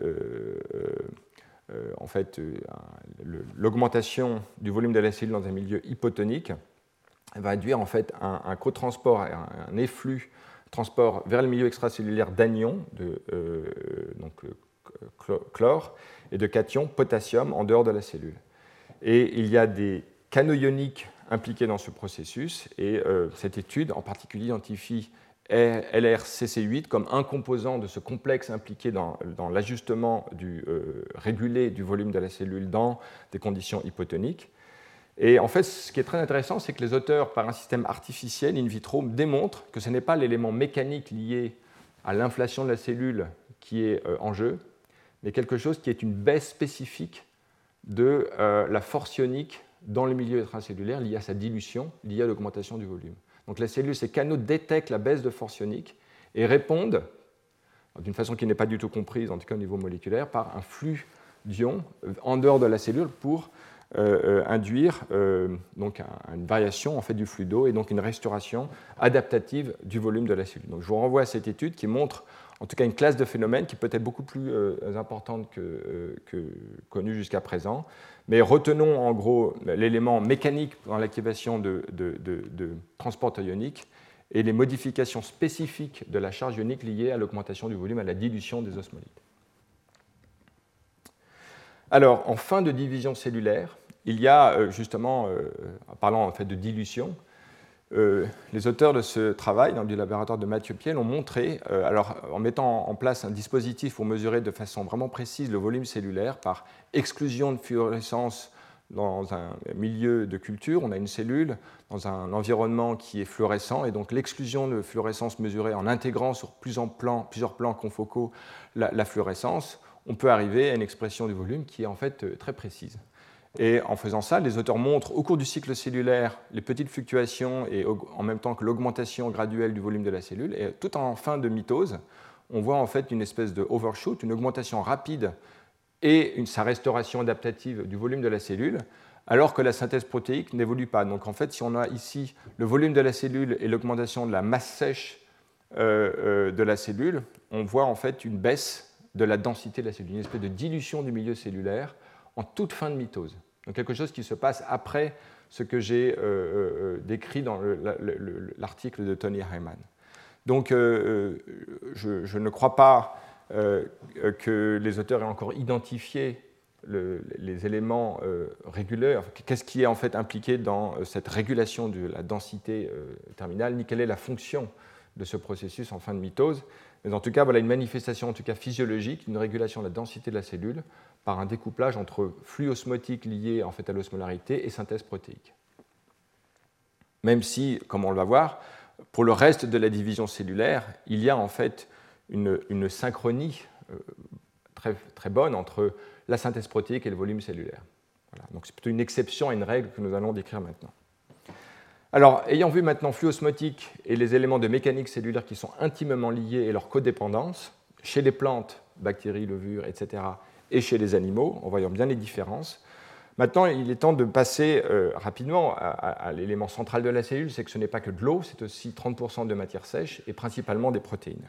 euh, en fait, euh, l'augmentation du volume de la cellule dans un milieu hypotonique va induire en fait un, un cotransport, un, un efflux transport vers le milieu extracellulaire d'anions, de euh, donc, chlore, et de cations, potassium, en dehors de la cellule. Et il y a des canaux ioniques impliquées dans ce processus. Et euh, cette étude, en particulier, identifie L R C C huit comme un composant de ce complexe impliqué dans, dans l'ajustement du, euh, régulé du volume de la cellule dans des conditions hypotoniques. Et en fait, ce qui est très intéressant, c'est que les auteurs, par un système artificiel in vitro, démontrent que ce n'est pas l'élément mécanique lié à l'inflation de la cellule qui est euh, en jeu, mais quelque chose qui est une baisse spécifique de euh, la force ionique dans le milieu intracellulaire liée à sa dilution, liée à l'augmentation du volume. Donc la cellule, ces canaux détectent la baisse de force ionique et répondent, d'une façon qui n'est pas du tout comprise, en tout cas au niveau moléculaire, par un flux d'ions en dehors de la cellule pour euh, induire euh, donc un, une variation en fait, du flux d'eau et donc une restauration adaptative du volume de la cellule. Donc je vous renvoie à cette étude qui montre en tout cas une classe de phénomènes qui peut être beaucoup plus euh, importante que, euh, que connue jusqu'à présent. Mais retenons en gros l'élément mécanique dans l'activation de, de, de, de transport ionique et les modifications spécifiques de la charge ionique liées à l'augmentation du volume, à la dilution des osmolites. Alors, en fin de division cellulaire, il y a justement, euh, en parlant en fait de dilution, Euh, les auteurs de ce travail, dans du laboratoire de Mathieu Piel, ont montré, euh, alors, en mettant en place un dispositif pour mesurer de façon vraiment précise le volume cellulaire par exclusion de fluorescence dans un milieu de culture, on a une cellule dans un environnement qui est fluorescent, et donc l'exclusion de fluorescence mesurée en intégrant sur plusieurs plans, plusieurs plans confocaux la, la fluorescence, on peut arriver à une expression du volume qui est en fait très précise. Et en faisant ça, les auteurs montrent au cours du cycle cellulaire les petites fluctuations et en même temps que l'augmentation graduelle du volume de la cellule. Et tout en fin de mitose, on voit en fait une espèce de overshoot, une augmentation rapide et une, sa restauration adaptative du volume de la cellule, alors que la synthèse protéique n'évolue pas. Donc en fait, si on a ici le volume de la cellule et l'augmentation de la masse sèche euh, euh, de la cellule, on voit en fait une baisse de la densité de la cellule, une espèce de dilution du milieu cellulaire en toute fin de mitose. Donc quelque chose qui se passe après ce que j'ai euh, euh, décrit dans le, le, l'article de Tony Hyman. Donc euh, je, je ne crois pas euh, que les auteurs aient encore identifié le, les éléments euh, réguleurs, qu'est-ce qui est en fait impliqué dans cette régulation de la densité euh, terminale, ni quelle est la fonction de ce processus en fin de mitose. Mais en tout cas, voilà une manifestation en tout cas physiologique, une régulation de la densité de la cellule par un découplage entre flux osmotique lié en fait à l'osmolarité et synthèse protéique. Même si, comme on le va voir, pour le reste de la division cellulaire, il y a en fait une, une synchronie euh, très, très bonne entre la synthèse protéique et le volume cellulaire. Voilà. Donc c'est plutôt une exception à une règle que nous allons décrire maintenant. Alors, ayant vu maintenant flux osmotique et les éléments de mécanique cellulaire qui sont intimement liés et leur codépendance, chez les plantes, bactéries, levures, et cetera, et chez les animaux, en voyant bien les différences, maintenant il est temps de passer euh, rapidement à, à, à l'élément central de la cellule, c'est que ce n'est pas que de l'eau, c'est aussi trente pour cent de matière sèche et principalement des protéines.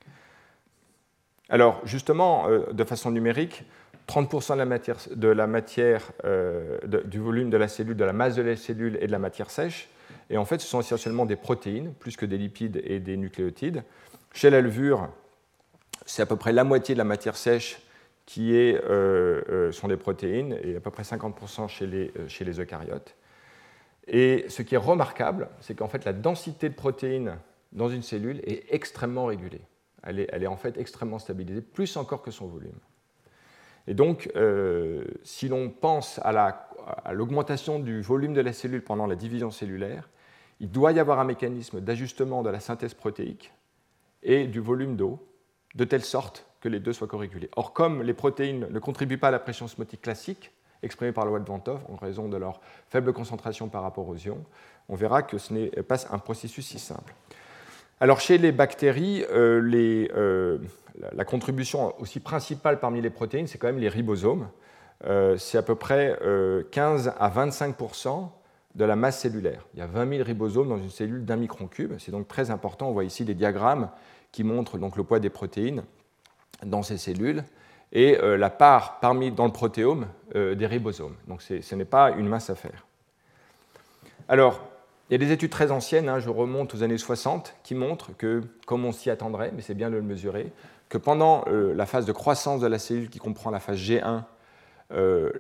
Alors, justement, euh, de façon numérique, trente pour cent de la matière, de la matière euh, de, du volume de la cellule, de la masse de la cellule et de la matière sèche. Et en fait, ce sont essentiellement des protéines, plus que des lipides et des nucléotides. Chez la levure, c'est à peu près la moitié de la matière sèche qui est, euh, euh, sont des protéines, et à peu près cinquante pour cent chez les, euh, chez les eucaryotes. Et ce qui est remarquable, c'est qu'en fait, la densité de protéines dans une cellule est extrêmement régulée. Elle est, elle est en fait extrêmement stabilisée, plus encore que son volume. Et donc, euh, si l'on pense à, la, à l'augmentation du volume de la cellule pendant la division cellulaire, il doit y avoir un mécanisme d'ajustement de la synthèse protéique et du volume d'eau, de telle sorte que les deux soient corrégulés. Or, comme les protéines ne contribuent pas à la pression osmotique classique, exprimée par la loi de Ventov, en raison de leur faible concentration par rapport aux ions, on verra que ce n'est pas un processus si simple. Alors, chez les bactéries, euh, les, euh, la contribution aussi principale parmi les protéines, c'est quand même les ribosomes. Euh, c'est à peu près euh, quinze à vingt-cinq pour cent de la masse cellulaire. Il y a vingt mille ribosomes dans une cellule d'un micron cube. C'est donc très important. On voit ici des diagrammes qui montrent donc le poids des protéines dans ces cellules et euh, la part parmi, dans le protéome euh, des ribosomes. Donc ce n'est pas une mince affaire. Alors, il y a des études très anciennes, hein, je remonte aux années soixante, qui montrent que, comme on s'y attendrait, mais c'est bien de le mesurer, que pendant euh, la phase de croissance de la cellule qui comprend la phase G un, euh,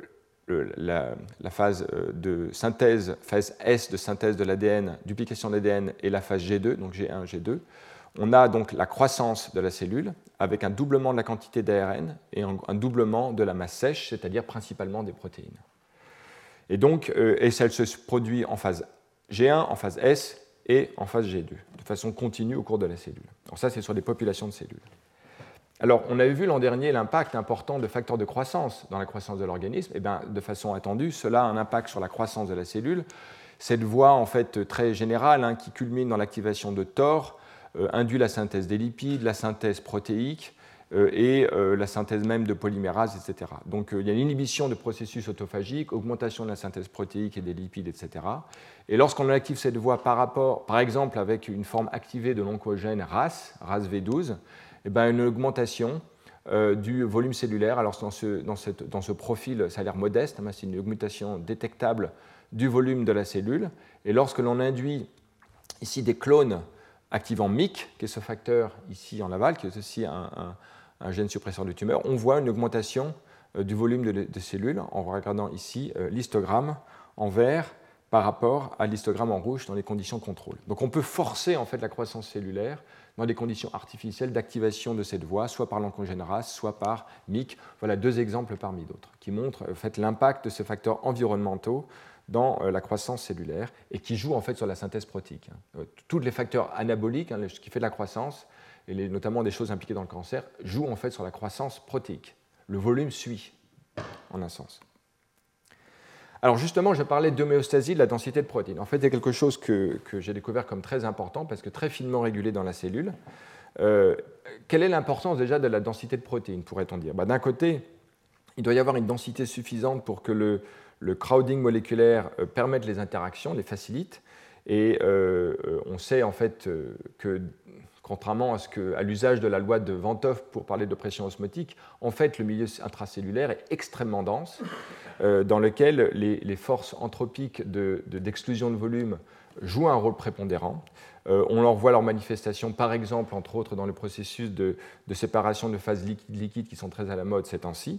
le, la, la phase de synthèse, phase S de synthèse de l'A D N, duplication de l'A D N, et la phase G deux, donc G un, G deux. On a donc la croissance de la cellule avec un doublement de la quantité d'A R N et un, un doublement de la masse sèche, c'est-à-dire principalement des protéines. Et donc, euh, et elle se produit en phase G un, en phase S et en phase G deux, de façon continue au cours de la cellule. Alors ça, c'est sur des populations de cellules. Alors, on avait vu l'an dernier l'impact important de facteurs de croissance dans la croissance de l'organisme. Et bien, de façon attendue, cela a un impact sur la croissance de la cellule. Cette voie, en fait, très générale, hein, qui culmine dans l'activation de TOR, euh, induit la synthèse des lipides, la synthèse protéique euh, et euh, la synthèse même de polymérases, et cetera. Donc, euh, il y a une inhibition de processus autophagiques, augmentation de la synthèse protéique et des lipides, et cetera. Et lorsqu'on active cette voie par rapport, par exemple, avec une forme activée de l'oncogène R A S, R A S V douze, eh bien, une augmentation euh, du volume cellulaire. Alors, dans ce, dans cette, dans ce profil, ça a l'air modeste, hein, c'est une augmentation détectable du volume de la cellule. Et lorsque l'on induit ici des clones activant M Y C, qui est ce facteur ici en aval, qui est aussi un, un, un gène suppresseur de tumeur, on voit une augmentation euh, du volume de, de cellules en regardant ici euh, l'histogramme en vert par rapport à l'histogramme en rouge dans les conditions de contrôle. Donc, on peut forcer en fait la croissance cellulaire dans des conditions artificielles d'activation de cette voie, soit par l'oncogène R A S, soit par M Y C. Voilà deux exemples parmi d'autres qui montrent en fait, l'impact de ces facteurs environnementaux dans la croissance cellulaire et qui jouent en fait sur la synthèse protéique. Tous les facteurs anaboliques, hein, ce qui fait de la croissance, et les, notamment des choses impliquées dans le cancer, jouent en fait sur la croissance protéique. Le volume suit, en un sens. Alors justement, je parlais d'homéostasie de la densité de protéines. En fait, il y a quelque chose que, que j'ai découvert comme très important, parce que très finement régulé dans la cellule. Euh, quelle est l'importance déjà de la densité de protéines, pourrait-on dire? Ben, d'un côté, il doit y avoir une densité suffisante pour que le, le crowding moléculaire euh, permette les interactions, les facilite. Et euh, on sait en fait euh, que, contrairement à, ce que, à l'usage de la loi de Venthof pour parler de pression osmotique, en fait, le milieu intracellulaire est extrêmement dense, euh, dans lequel les, les forces anthropiques de, de, d'exclusion de volume jouent un rôle prépondérant. Euh, on leur voit leur manifestation, par exemple, entre autres, dans le processus de, de séparation de phases liquide-liquide qui sont très à la mode ces temps-ci.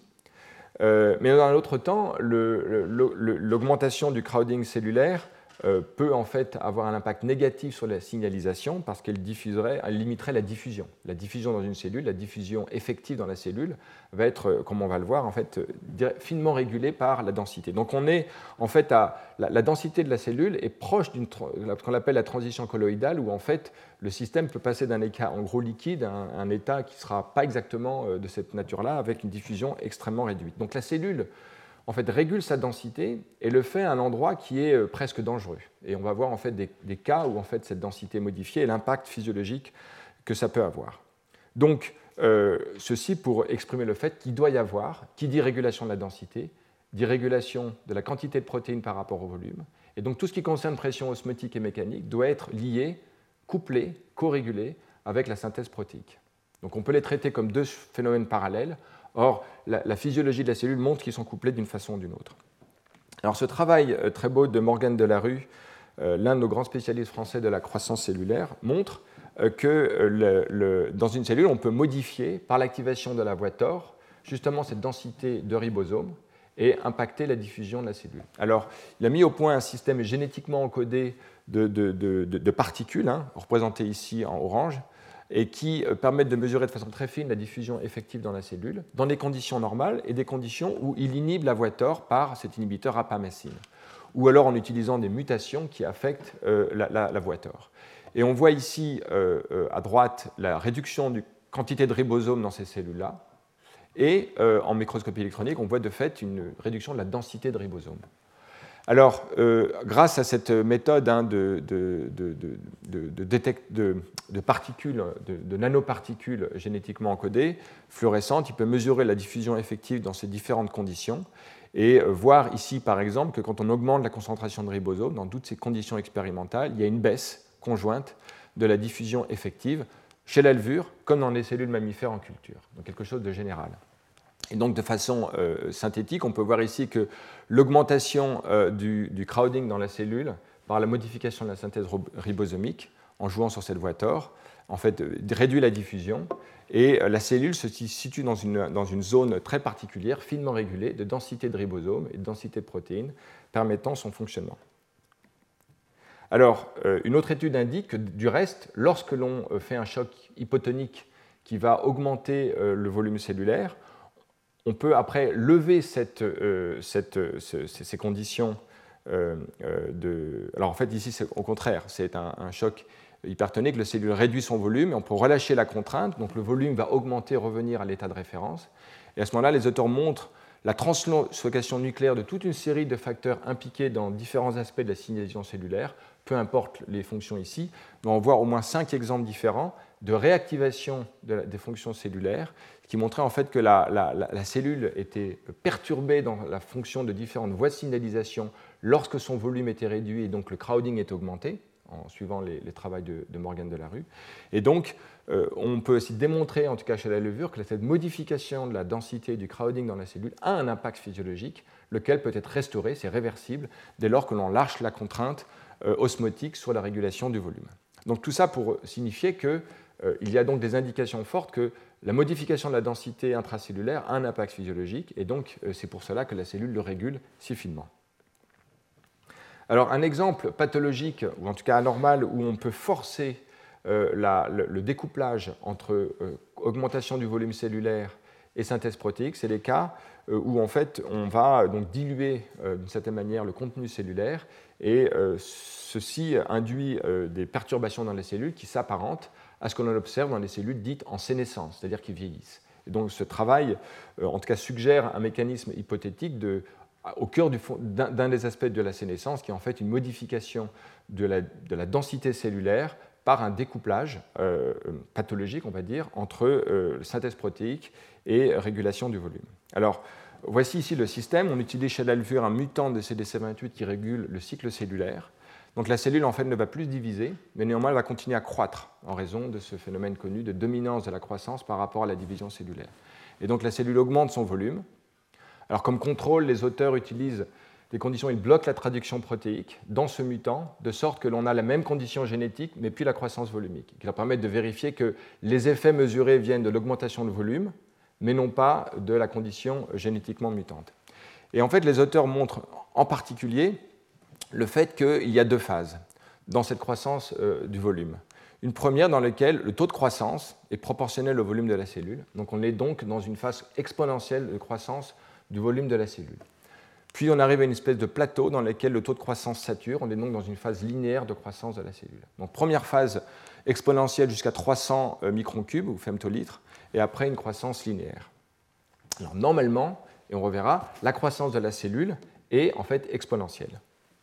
Euh, mais dans un autre temps, le, le, le, l'augmentation du crowding cellulaire euh, peut en fait avoir un impact négatif sur la signalisation parce qu'elle diffuserait, elle limiterait la diffusion. La diffusion dans une cellule, la diffusion effective dans la cellule va être, comme on va le voir, en fait, finement régulée par la densité. Donc on est en fait à la, la densité de la cellule est proche d'une ce qu'on appelle la transition colloïdale où en fait le système peut passer d'un état en gros liquide à un, un état qui ne sera pas exactement de cette nature-là avec une diffusion extrêmement réduite. Donc la cellule en fait, régule sa densité et le fait à un endroit qui est presque dangereux. Et on va voir en fait, des, des cas où en fait, cette densité est modifiée et l'impact physiologique que ça peut avoir. Donc, euh, ceci pour exprimer le fait qu'il doit y avoir, qui dit régulation de la densité, dit régulation de la quantité de protéines par rapport au volume. Et donc, tout ce qui concerne pression osmotique et mécanique doit être lié, couplé, co-régulé avec la synthèse protéique. Donc, on peut les traiter comme deux phénomènes parallèles. Or, la, la physiologie de la cellule montre qu'ils sont couplés d'une façon ou d'une autre. Alors, ce travail euh, très beau de Morgane Delarue, euh, l'un de nos grands spécialistes français de la croissance cellulaire, montre euh, que euh, le, le, dans une cellule, on peut modifier, par l'activation de la voie TOR, justement cette densité de ribosomes et impacter la diffusion de la cellule. Alors, il a mis au point un système génétiquement encodé de, de, de, de, de particules, hein, représentées ici en orange, et qui permettent de mesurer de façon très fine la diffusion effective dans la cellule, dans des conditions normales et des conditions où il inhibe la voie TOR par cet inhibiteur rapamycine, ou alors en utilisant des mutations qui affectent euh, la, la, la voie TOR. Et on voit ici euh, euh, à droite la réduction de quantité de ribosomes dans ces cellules-là, et euh, en microscopie électronique, on voit de fait une réduction de la densité de ribosomes. Alors, euh, grâce à cette méthode hein, de, de, de, de, de, détect, de, de particules, de, de nanoparticules génétiquement encodées, fluorescentes, il peut mesurer la diffusion effective dans ces différentes conditions et voir ici, par exemple, que quand on augmente la concentration de ribosomes, dans toutes ces conditions expérimentales, il y a une baisse conjointe de la diffusion effective chez la levure, comme dans les cellules mammifères en culture, donc quelque chose de général. Et donc, de façon euh, synthétique, on peut voir ici que l'augmentation euh, du, du crowding dans la cellule par la modification de la synthèse ribosomique, en jouant sur cette voie TOR, en fait, réduit la diffusion, et la cellule se situe dans une, dans une zone très particulière, finement régulée, de densité de ribosomes et de densité de protéines, permettant son fonctionnement. Alors, une autre étude indique que, du reste, lorsque l'on fait un choc hypotonique qui va augmenter le volume cellulaire, on peut après lever cette, euh, cette, ce, ces conditions euh, de... Alors en fait ici c'est au contraire, c'est un, un choc hypertonique, le cellule réduit son volume, et on peut relâcher la contrainte, donc le volume va augmenter, revenir à l'état de référence. Et à ce moment-là, les auteurs montrent la translocation nucléaire de toute une série de facteurs impliqués dans différents aspects de la signalisation cellulaire, peu importe les fonctions ici, mais on voit au moins cinq exemples différents de réactivation de la, des fonctions cellulaires, qui montraient en fait que la, la, la cellule était perturbée dans la fonction de différentes voies de signalisation lorsque son volume était réduit et donc le crowding est augmenté, en suivant les, les travaux de, de Morgan de la Rue. Et donc, euh, on peut aussi démontrer, en tout cas chez la levure, que cette modification de la densité du crowding dans la cellule a un impact physiologique, lequel peut être restauré, c'est réversible, dès lors que l'on lâche la contrainte euh, osmotique sur la régulation du volume. Donc tout ça pour signifier qu'il euh, y a donc des indications fortes que la modification de la densité intracellulaire a un impact physiologique, et donc euh, c'est pour cela que la cellule le régule si finement. Alors un exemple pathologique, ou en tout cas anormal, où on peut forcer euh, la, le, le découplage entre euh, augmentation du volume cellulaire et synthèse protéique, c'est les cas euh, où en fait on va donc diluer euh, d'une certaine manière le contenu cellulaire, et euh, ceci induit euh, des perturbations dans les cellules qui s'apparentent à ce que l'on observe dans les cellules dites en sénescence, c'est-à-dire qui vieillissent. Et donc ce travail, euh, en tout cas, suggère un mécanisme hypothétique de au cœur d'un, d'un des aspects de la sénescence, qui est en fait une modification de la, de la densité cellulaire par un découplage euh, pathologique, on va dire, entre euh, synthèse protéique et régulation du volume. Alors, voici ici le système. On utilise chez la levure un mutant de C D C vingt-huit qui régule le cycle cellulaire. Donc la cellule, en fait, ne va plus se diviser, mais néanmoins, elle va continuer à croître en raison de ce phénomène connu de dominance de la croissance par rapport à la division cellulaire. Et donc la cellule augmente son volume. Alors, comme contrôle, les auteurs utilisent des conditions, ils bloquent la traduction protéique dans ce mutant, de sorte que l'on a la même condition génétique, mais puis la croissance volumique, qui leur permettent de vérifier que les effets mesurés viennent de l'augmentation de volume, mais non pas de la condition génétiquement mutante. Et en fait, les auteurs montrent en particulier le fait qu'il y a deux phases dans cette croissance euh, du volume. Une première dans laquelle le taux de croissance est proportionnel au volume de la cellule, donc on est donc dans une phase exponentielle de croissance du volume de la cellule. Puis on arrive à une espèce de plateau dans lequel le taux de croissance sature, on est donc dans une phase linéaire de croissance de la cellule. Donc première phase exponentielle jusqu'à trois cents microns cubes ou femtolitres, et après une croissance linéaire. Alors normalement, et on reverra, la croissance de la cellule est en fait exponentielle.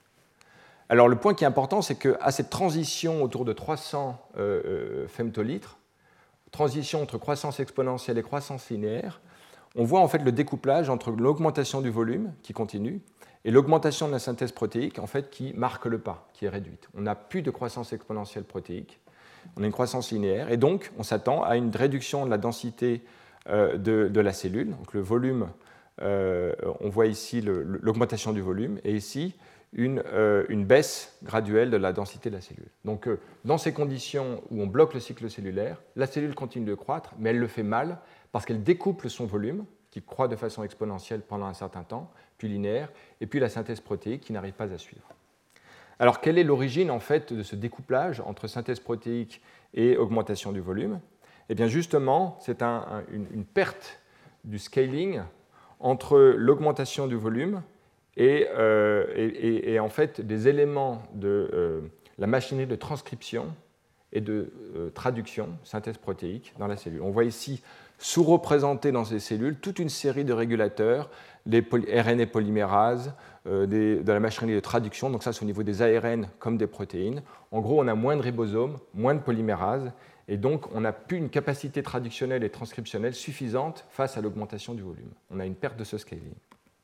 Alors le point qui est important, c'est qu'à cette transition autour de trois cents euh, femtolitres, transition entre croissance exponentielle et croissance linéaire, on voit en fait le découplage entre l'augmentation du volume qui continue et l'augmentation de la synthèse protéique en fait, qui marque le pas, qui est réduite. On n'a plus de croissance exponentielle protéique, on a une croissance linéaire, et donc on s'attend à une réduction de la densité euh, de, de la cellule. Donc le volume, euh, on voit ici le, l'augmentation du volume, et ici une, euh, une baisse graduelle de la densité de la cellule. Donc euh, dans ces conditions où on bloque le cycle cellulaire, la cellule continue de croître, mais elle le fait mal, parce qu'elle découple son volume, qui croît de façon exponentielle pendant un certain temps, puis linéaire, et puis la synthèse protéique qui n'arrive pas à suivre. Alors, quelle est l'origine en fait de ce découplage entre synthèse protéique et augmentation du volume? Eh bien, justement, c'est un, un, une, une perte du scaling entre l'augmentation du volume et, euh, et, et, et en fait des éléments de euh, la machinerie de transcription et de euh, traduction, synthèse protéique, dans la cellule. On voit ici sous-représentés dans ces cellules toute une série de régulateurs, des R N A polymérases, euh, des, de la machinerie de traduction, donc ça c'est au niveau des A R N comme des protéines. En gros, on a moins de ribosomes, moins de polymérases, et donc on n'a plus une capacité traductionnelle et transcriptionnelle suffisante face à l'augmentation du volume. On a une perte de ce scaling.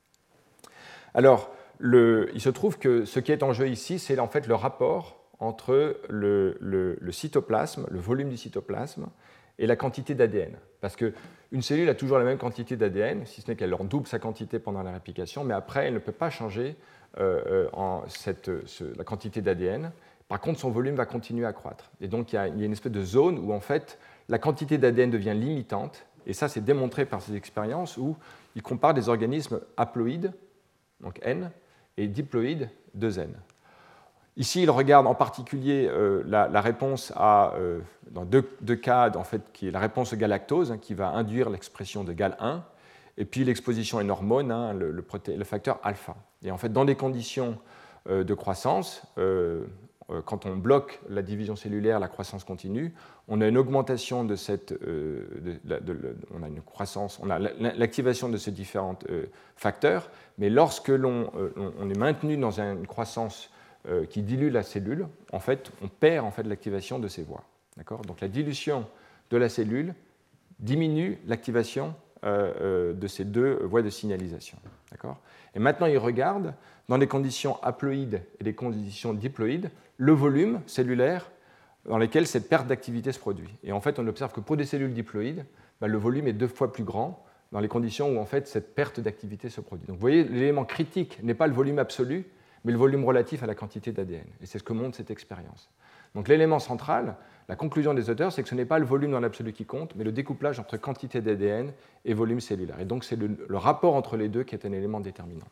Alors, le, il se trouve que ce qui est en jeu ici, c'est en fait le rapport entre le, le, le cytoplasme, le volume du cytoplasme, et la quantité d'A D N. Parce qu'une cellule a toujours la même quantité d'A D N, si ce n'est qu'elle en double sa quantité pendant la réplication, mais après, elle ne peut pas changer euh, en cette, ce, la quantité d'A D N, Par contre, son volume va continuer à croître. Et donc, il y a, il y a une espèce de zone où, en fait, la quantité d'A D N devient limitante. Et ça, c'est démontré par ces expériences où il compare des organismes haploïdes, donc N, et diploïdes, deux N. Ici, il regarde en particulier euh, la, la réponse à, euh, dans deux, deux cas, en fait, qui est la réponse au galactose, hein, qui va induire l'expression de gal un, et puis l'exposition à une hormone, hein, le, le, proté- le facteur alpha. Et en fait, dans des conditions euh, de croissance, euh, quand on bloque la division cellulaire, la croissance continue, on a une augmentation de cette, euh, de, de, de, on a une croissance, on a l'activation de ces différents euh, facteurs, mais lorsque l'on euh, on est maintenu dans une croissance euh, qui dilue la cellule, en fait, on perd en fait l'activation de ces voies. D'accord ? Donc la dilution de la cellule diminue l'activation euh, euh, de ces deux voies de signalisation. D'accord ? Et maintenant, il regarde dans les conditions haploïdes et les conditions diploïdes le volume cellulaire dans lequel cette perte d'activité se produit. Et en fait, on observe que pour des cellules diploïdes, ben, le volume est deux fois plus grand dans les conditions où en fait, cette perte d'activité se produit. Donc vous voyez, l'élément critique n'est pas le volume absolu, mais le volume relatif à la quantité d'A D N. Et c'est ce que montre cette expérience. Donc l'élément central, la conclusion des auteurs, c'est que ce n'est pas le volume dans l'absolu qui compte, mais le découplage entre quantité d'A D N et volume cellulaire. Et donc c'est le, le rapport entre les deux qui est un élément déterminant.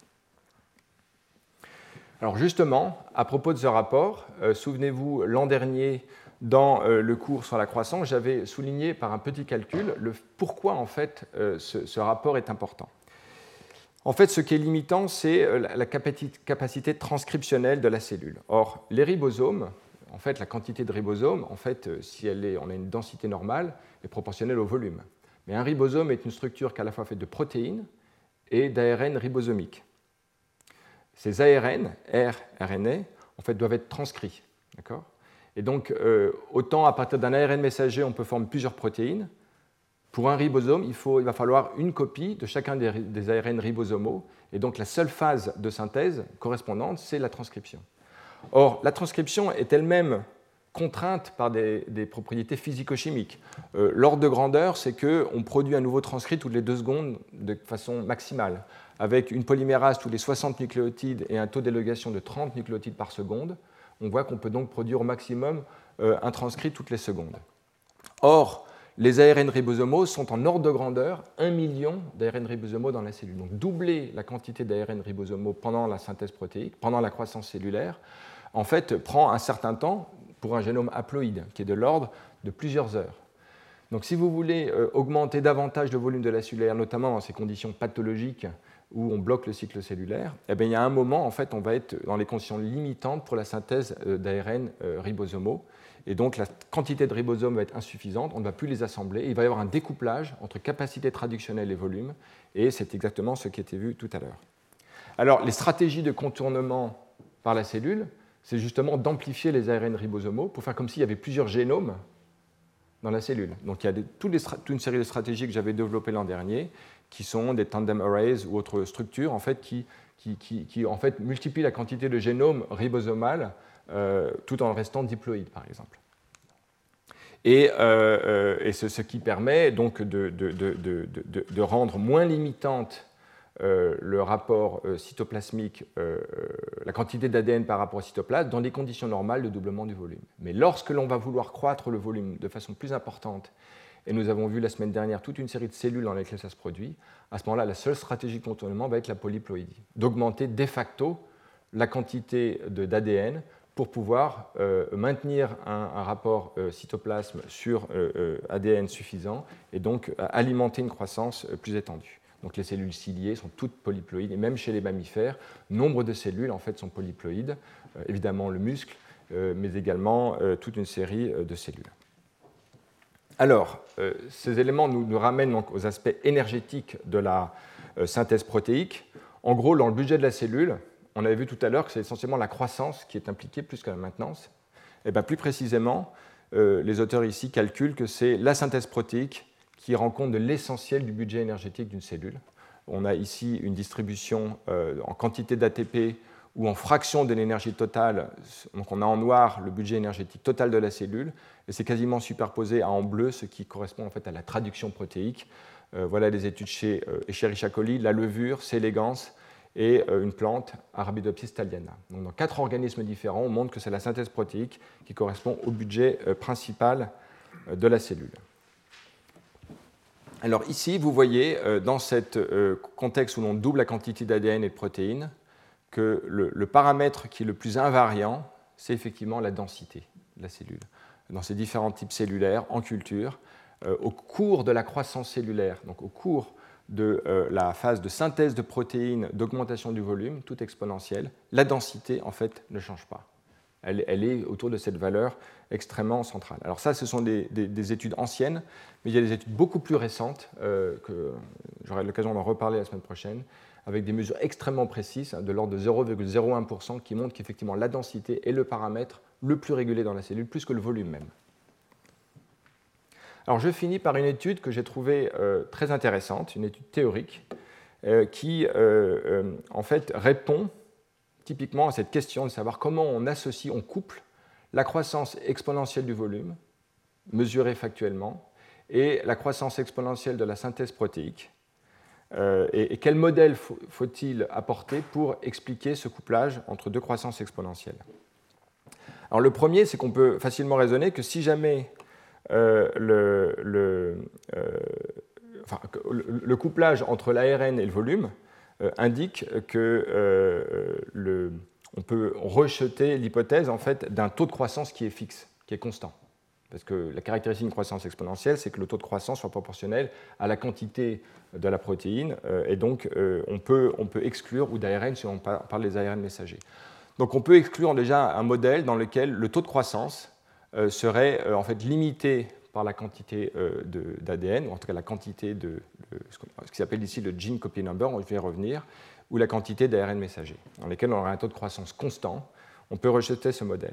Alors justement, à propos de ce rapport, euh, souvenez-vous, l'an dernier, dans euh, le cours sur la croissance, j'avais souligné par un petit calcul le pourquoi en fait euh, ce, ce rapport est important. En fait, ce qui est limitant, c'est euh, la, la capacité transcriptionnelle de la cellule. Or, les ribosomes, en fait, la quantité de ribosomes, en fait, euh, si elle est, on a une densité normale, est proportionnelle au volume. Mais un ribosome est une structure qui est à la fois faite de protéines et d'A R N ribosomique. Ces A R N, R, R N A, en fait, doivent être transcrits. D'accord ? Et donc, euh, autant à partir d'un A R N messager, on peut former plusieurs protéines. Pour un ribosome, il, faut, il va falloir une copie de chacun des, des A R N ribosomaux. Et donc, la seule phase de synthèse correspondante, c'est la transcription. Or, la transcription est elle-même contrainte par des, des propriétés physico-chimiques. Euh, L'ordre de grandeur, c'est qu'on produit un nouveau transcrit toutes les deux secondes de façon maximale. Avec une polymérase tous les soixante nucléotides et un taux d'élongation de trente nucléotides par seconde, on voit qu'on peut donc produire au maximum euh, un transcrit toutes les secondes. Or, les A R N ribosomaux sont en ordre de grandeur un million d'A R N ribosomaux dans la cellule. Donc doubler la quantité d'A R N ribosomaux pendant la synthèse protéique, pendant la croissance cellulaire, en fait, prend un certain temps pour un génome haploïde, qui est de l'ordre de plusieurs heures. Donc si vous voulez euh, augmenter davantage le volume de la cellulaire, notamment dans ces conditions pathologiques où on bloque le cycle cellulaire, eh bien, il y a un moment, en fait, on va être dans les conditions limitantes pour la synthèse d'A R N ribosomaux. Et donc, la quantité de ribosomes va être insuffisante, on ne va plus les assembler. Et il va y avoir un découplage entre capacité traductionnelle et volume. Et c'est exactement ce qui était vu tout à l'heure. Alors, les stratégies de contournement par la cellule, c'est justement d'amplifier les A R N ribosomaux pour faire comme s'il y avait plusieurs génomes dans la cellule. Donc, il y a des, toutes les, toute une série de stratégies que j'avais développées l'an dernier, qui sont des tandem arrays ou autres structures en fait, qui, qui, qui, qui en fait, multiplient la quantité de génomes ribosomal euh, tout en restant diploïde, par exemple. Et, euh, et c'est ce qui permet donc de, de, de, de, de, de rendre moins limitante euh, le rapport euh, cytoplasmique, euh, la quantité d'A D N par rapport au cytoplasme, dans des conditions normales de doublement du volume. Mais lorsque l'on va vouloir croître le volume de façon plus importante, et nous avons vu la semaine dernière toute une série de cellules dans lesquelles ça se produit, à ce moment-là, la seule stratégie de contournement va être la polyploïdie, d'augmenter de facto la quantité d'A D N pour pouvoir euh, maintenir un, un rapport euh, cytoplasme sur euh, euh, A D N suffisant et donc euh, alimenter une croissance euh, plus étendue. Donc les cellules ciliées sont toutes polyploïdes, et même chez les mammifères, nombre de cellules en fait sont polyploïdes, euh, évidemment le muscle, euh, mais également euh, toute une série euh, de cellules. Alors, euh, ces éléments nous, nous ramènent donc aux aspects énergétiques de la euh, synthèse protéique. En gros, dans le budget de la cellule, on avait vu tout à l'heure que c'est essentiellement la croissance qui est impliquée plus que la maintenance. Et bien, plus précisément, euh, les auteurs ici calculent que c'est la synthèse protéique qui rend compte de l'essentiel du budget énergétique d'une cellule. On a ici une distribution euh, en quantité d'A T P ou en fraction de l'énergie totale. Donc on a en noir le budget énergétique total de la cellule, et c'est quasiment superposé à en bleu, ce qui correspond en fait à la traduction protéique. Euh, voilà les études chez euh, Escherichia coli, la levure, C. elegans, et une plante, Arabidopsis thaliana. Donc, dans quatre organismes différents, on montre que c'est la synthèse protéique qui correspond au budget principal de la cellule. Alors ici, vous voyez, dans ce contexte où l'on double la quantité d'A D N et de protéines, que le, le paramètre qui est le plus invariant, c'est effectivement la densité de la cellule. Dans ces différents types cellulaires, en culture, euh, au cours de la croissance cellulaire, donc au cours de euh, la phase de synthèse de protéines, d'augmentation du volume, tout exponentielle, la densité, en fait, ne change pas. Elle, elle est autour de cette valeur extrêmement centrale. Alors ça, ce sont des, des, des études anciennes, mais il y a des études beaucoup plus récentes, euh, que j'aurai l'occasion d'en reparler la semaine prochaine, avec des mesures extrêmement précises, de l'ordre de zéro virgule zéro un pour cent, qui montrent qu'effectivement la densité est le paramètre le plus régulé dans la cellule, plus que le volume même. Alors je finis par une étude que j'ai trouvée euh, très intéressante, une étude théorique, euh, qui euh, euh, en fait répond typiquement à cette question de savoir comment on associe, on couple la croissance exponentielle du volume, mesurée factuellement, et la croissance exponentielle de la synthèse protéique. Euh, et, et quel modèle faut, faut-il apporter pour expliquer ce couplage entre deux croissances exponentielles? Alors le premier, c'est qu'on peut facilement raisonner que si jamais euh, le, le, euh, enfin, le, le couplage entre l'A R N et le volume euh, indique que euh, le, on peut rejeter l'hypothèse en fait, d'un taux de croissance qui est fixe, qui est constant. Parce que la caractéristique d'une croissance exponentielle, c'est que le taux de croissance soit proportionnel à la quantité de la protéine, euh, et donc euh, on, peut, on peut exclure, ou d'A R N si on parle des A R N messagers. Donc on peut exclure déjà un modèle dans lequel le taux de croissance euh, serait euh, en fait limité par la quantité euh, d'A D N, ou en tout cas la quantité de, de ce qui s'appelle ici le gene copy number, on va y revenir, ou la quantité d'A R N messagers, dans lesquels on aurait un taux de croissance constant. On peut rejeter ce modèle.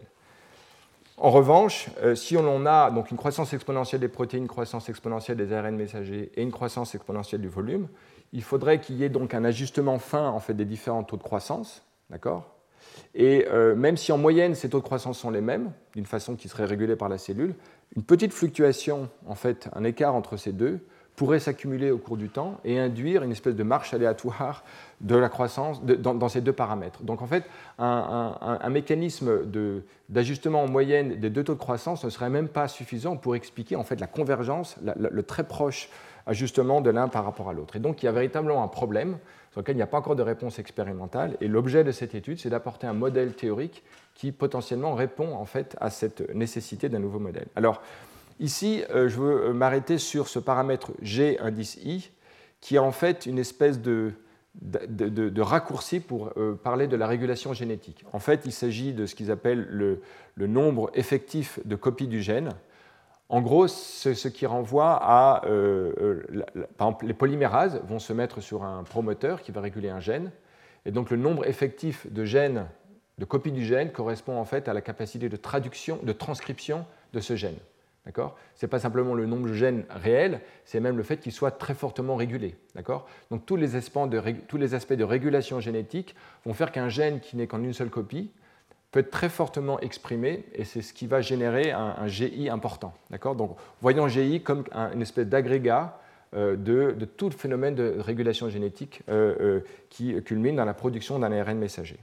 En revanche, euh, si on a donc une croissance exponentielle des protéines, une croissance exponentielle des A R N messagers et une croissance exponentielle du volume, il faudrait qu'il y ait donc un ajustement fin en fait, des différents taux de croissance, d'accord ? Et euh, même si en moyenne ces taux de croissance sont les mêmes, d'une façon qui serait régulée par la cellule, une petite fluctuation, en fait, un écart entre ces deux, pourrait s'accumuler au cours du temps et induire une espèce de marche aléatoire de la croissance de, dans, dans ces deux paramètres. Donc en fait, un, un, un mécanisme de, d'ajustement en moyenne des deux taux de croissance ne serait même pas suffisant pour expliquer en fait, la convergence, la, la, le très proche ajustement de l'un par rapport à l'autre. Et donc il y a véritablement un problème sur lequel il n'y a pas encore de réponse expérimentale. Et l'objet de cette étude, c'est d'apporter un modèle théorique qui potentiellement répond en fait, à cette nécessité d'un nouveau modèle. Alors, ici, euh, je veux m'arrêter sur ce paramètre G indice I, qui est en fait une espèce de, de, de, de raccourci pour euh, parler de la régulation génétique. En fait, il s'agit de ce qu'ils appellent le, le nombre effectif de copies du gène. En gros, c'est ce qui renvoie à, euh, la, la, par exemple, les polymérases vont se mettre sur un promoteur qui va réguler un gène, et donc le nombre effectif de gènes, de copies du gène correspond en fait à la capacité de traduction, de transcription de ce gène. D'accord ? Ce n'est pas simplement le nombre de gènes réel, c'est même le fait qu'il soit très fortement régulé. D'accord ? Donc tous les, aspects de, tous les aspects de régulation génétique vont faire qu'un gène qui n'est qu'en une seule copie peut être très fortement exprimé, et c'est ce qui va générer un, un G I important. D'accord ? Donc voyons G I comme un, une espèce d'agrégat euh, de, de tout le phénomène de régulation génétique euh, euh, qui culmine dans la production d'un A R N messager.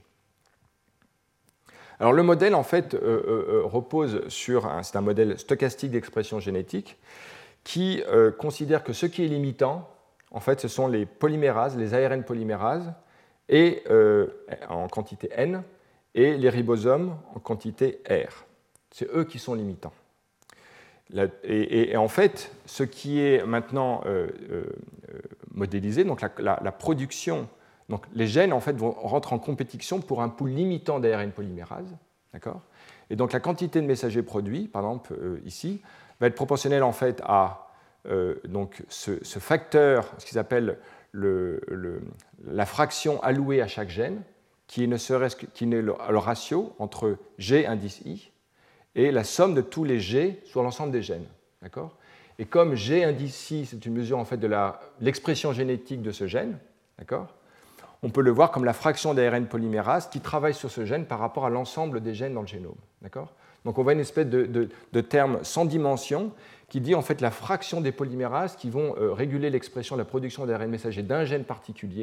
Alors le modèle en fait euh, euh, repose sur un, c'est un modèle stochastique d'expression génétique qui euh, considère que ce qui est limitant, en fait, ce sont les polymérases, les A R N polymérases, et euh, en quantité N, et les ribosomes en quantité R. C'est eux qui sont limitants. La, et, et, et en fait, ce qui est maintenant euh, euh, modélisé, donc la, la, la production. Donc, les gènes en fait, vont rentrer en compétition pour un pool limitant d'A R N polymérase. D'accord ? Et donc, la quantité de messagers produits, par exemple euh, ici, va être proportionnelle en fait, à euh, donc, ce, ce facteur, ce qu'ils appellent le, le, la fraction allouée à chaque gène, qui, ne serait, qui est le, le ratio entre G indice I et la somme de tous les G sur l'ensemble des gènes. D'accord ? Et comme G indice I, c'est une mesure en fait, de la, l'expression génétique de ce gène, d'accord ? On peut le voir comme la fraction d'A R N polymérase qui travaille sur ce gène par rapport à l'ensemble des gènes dans le génome. D'accord ? Donc on voit une espèce de, de, de terme sans dimension qui dit en fait la fraction des polymérases qui vont euh, réguler l'expression de la production d'A R N messager d'un gène particulier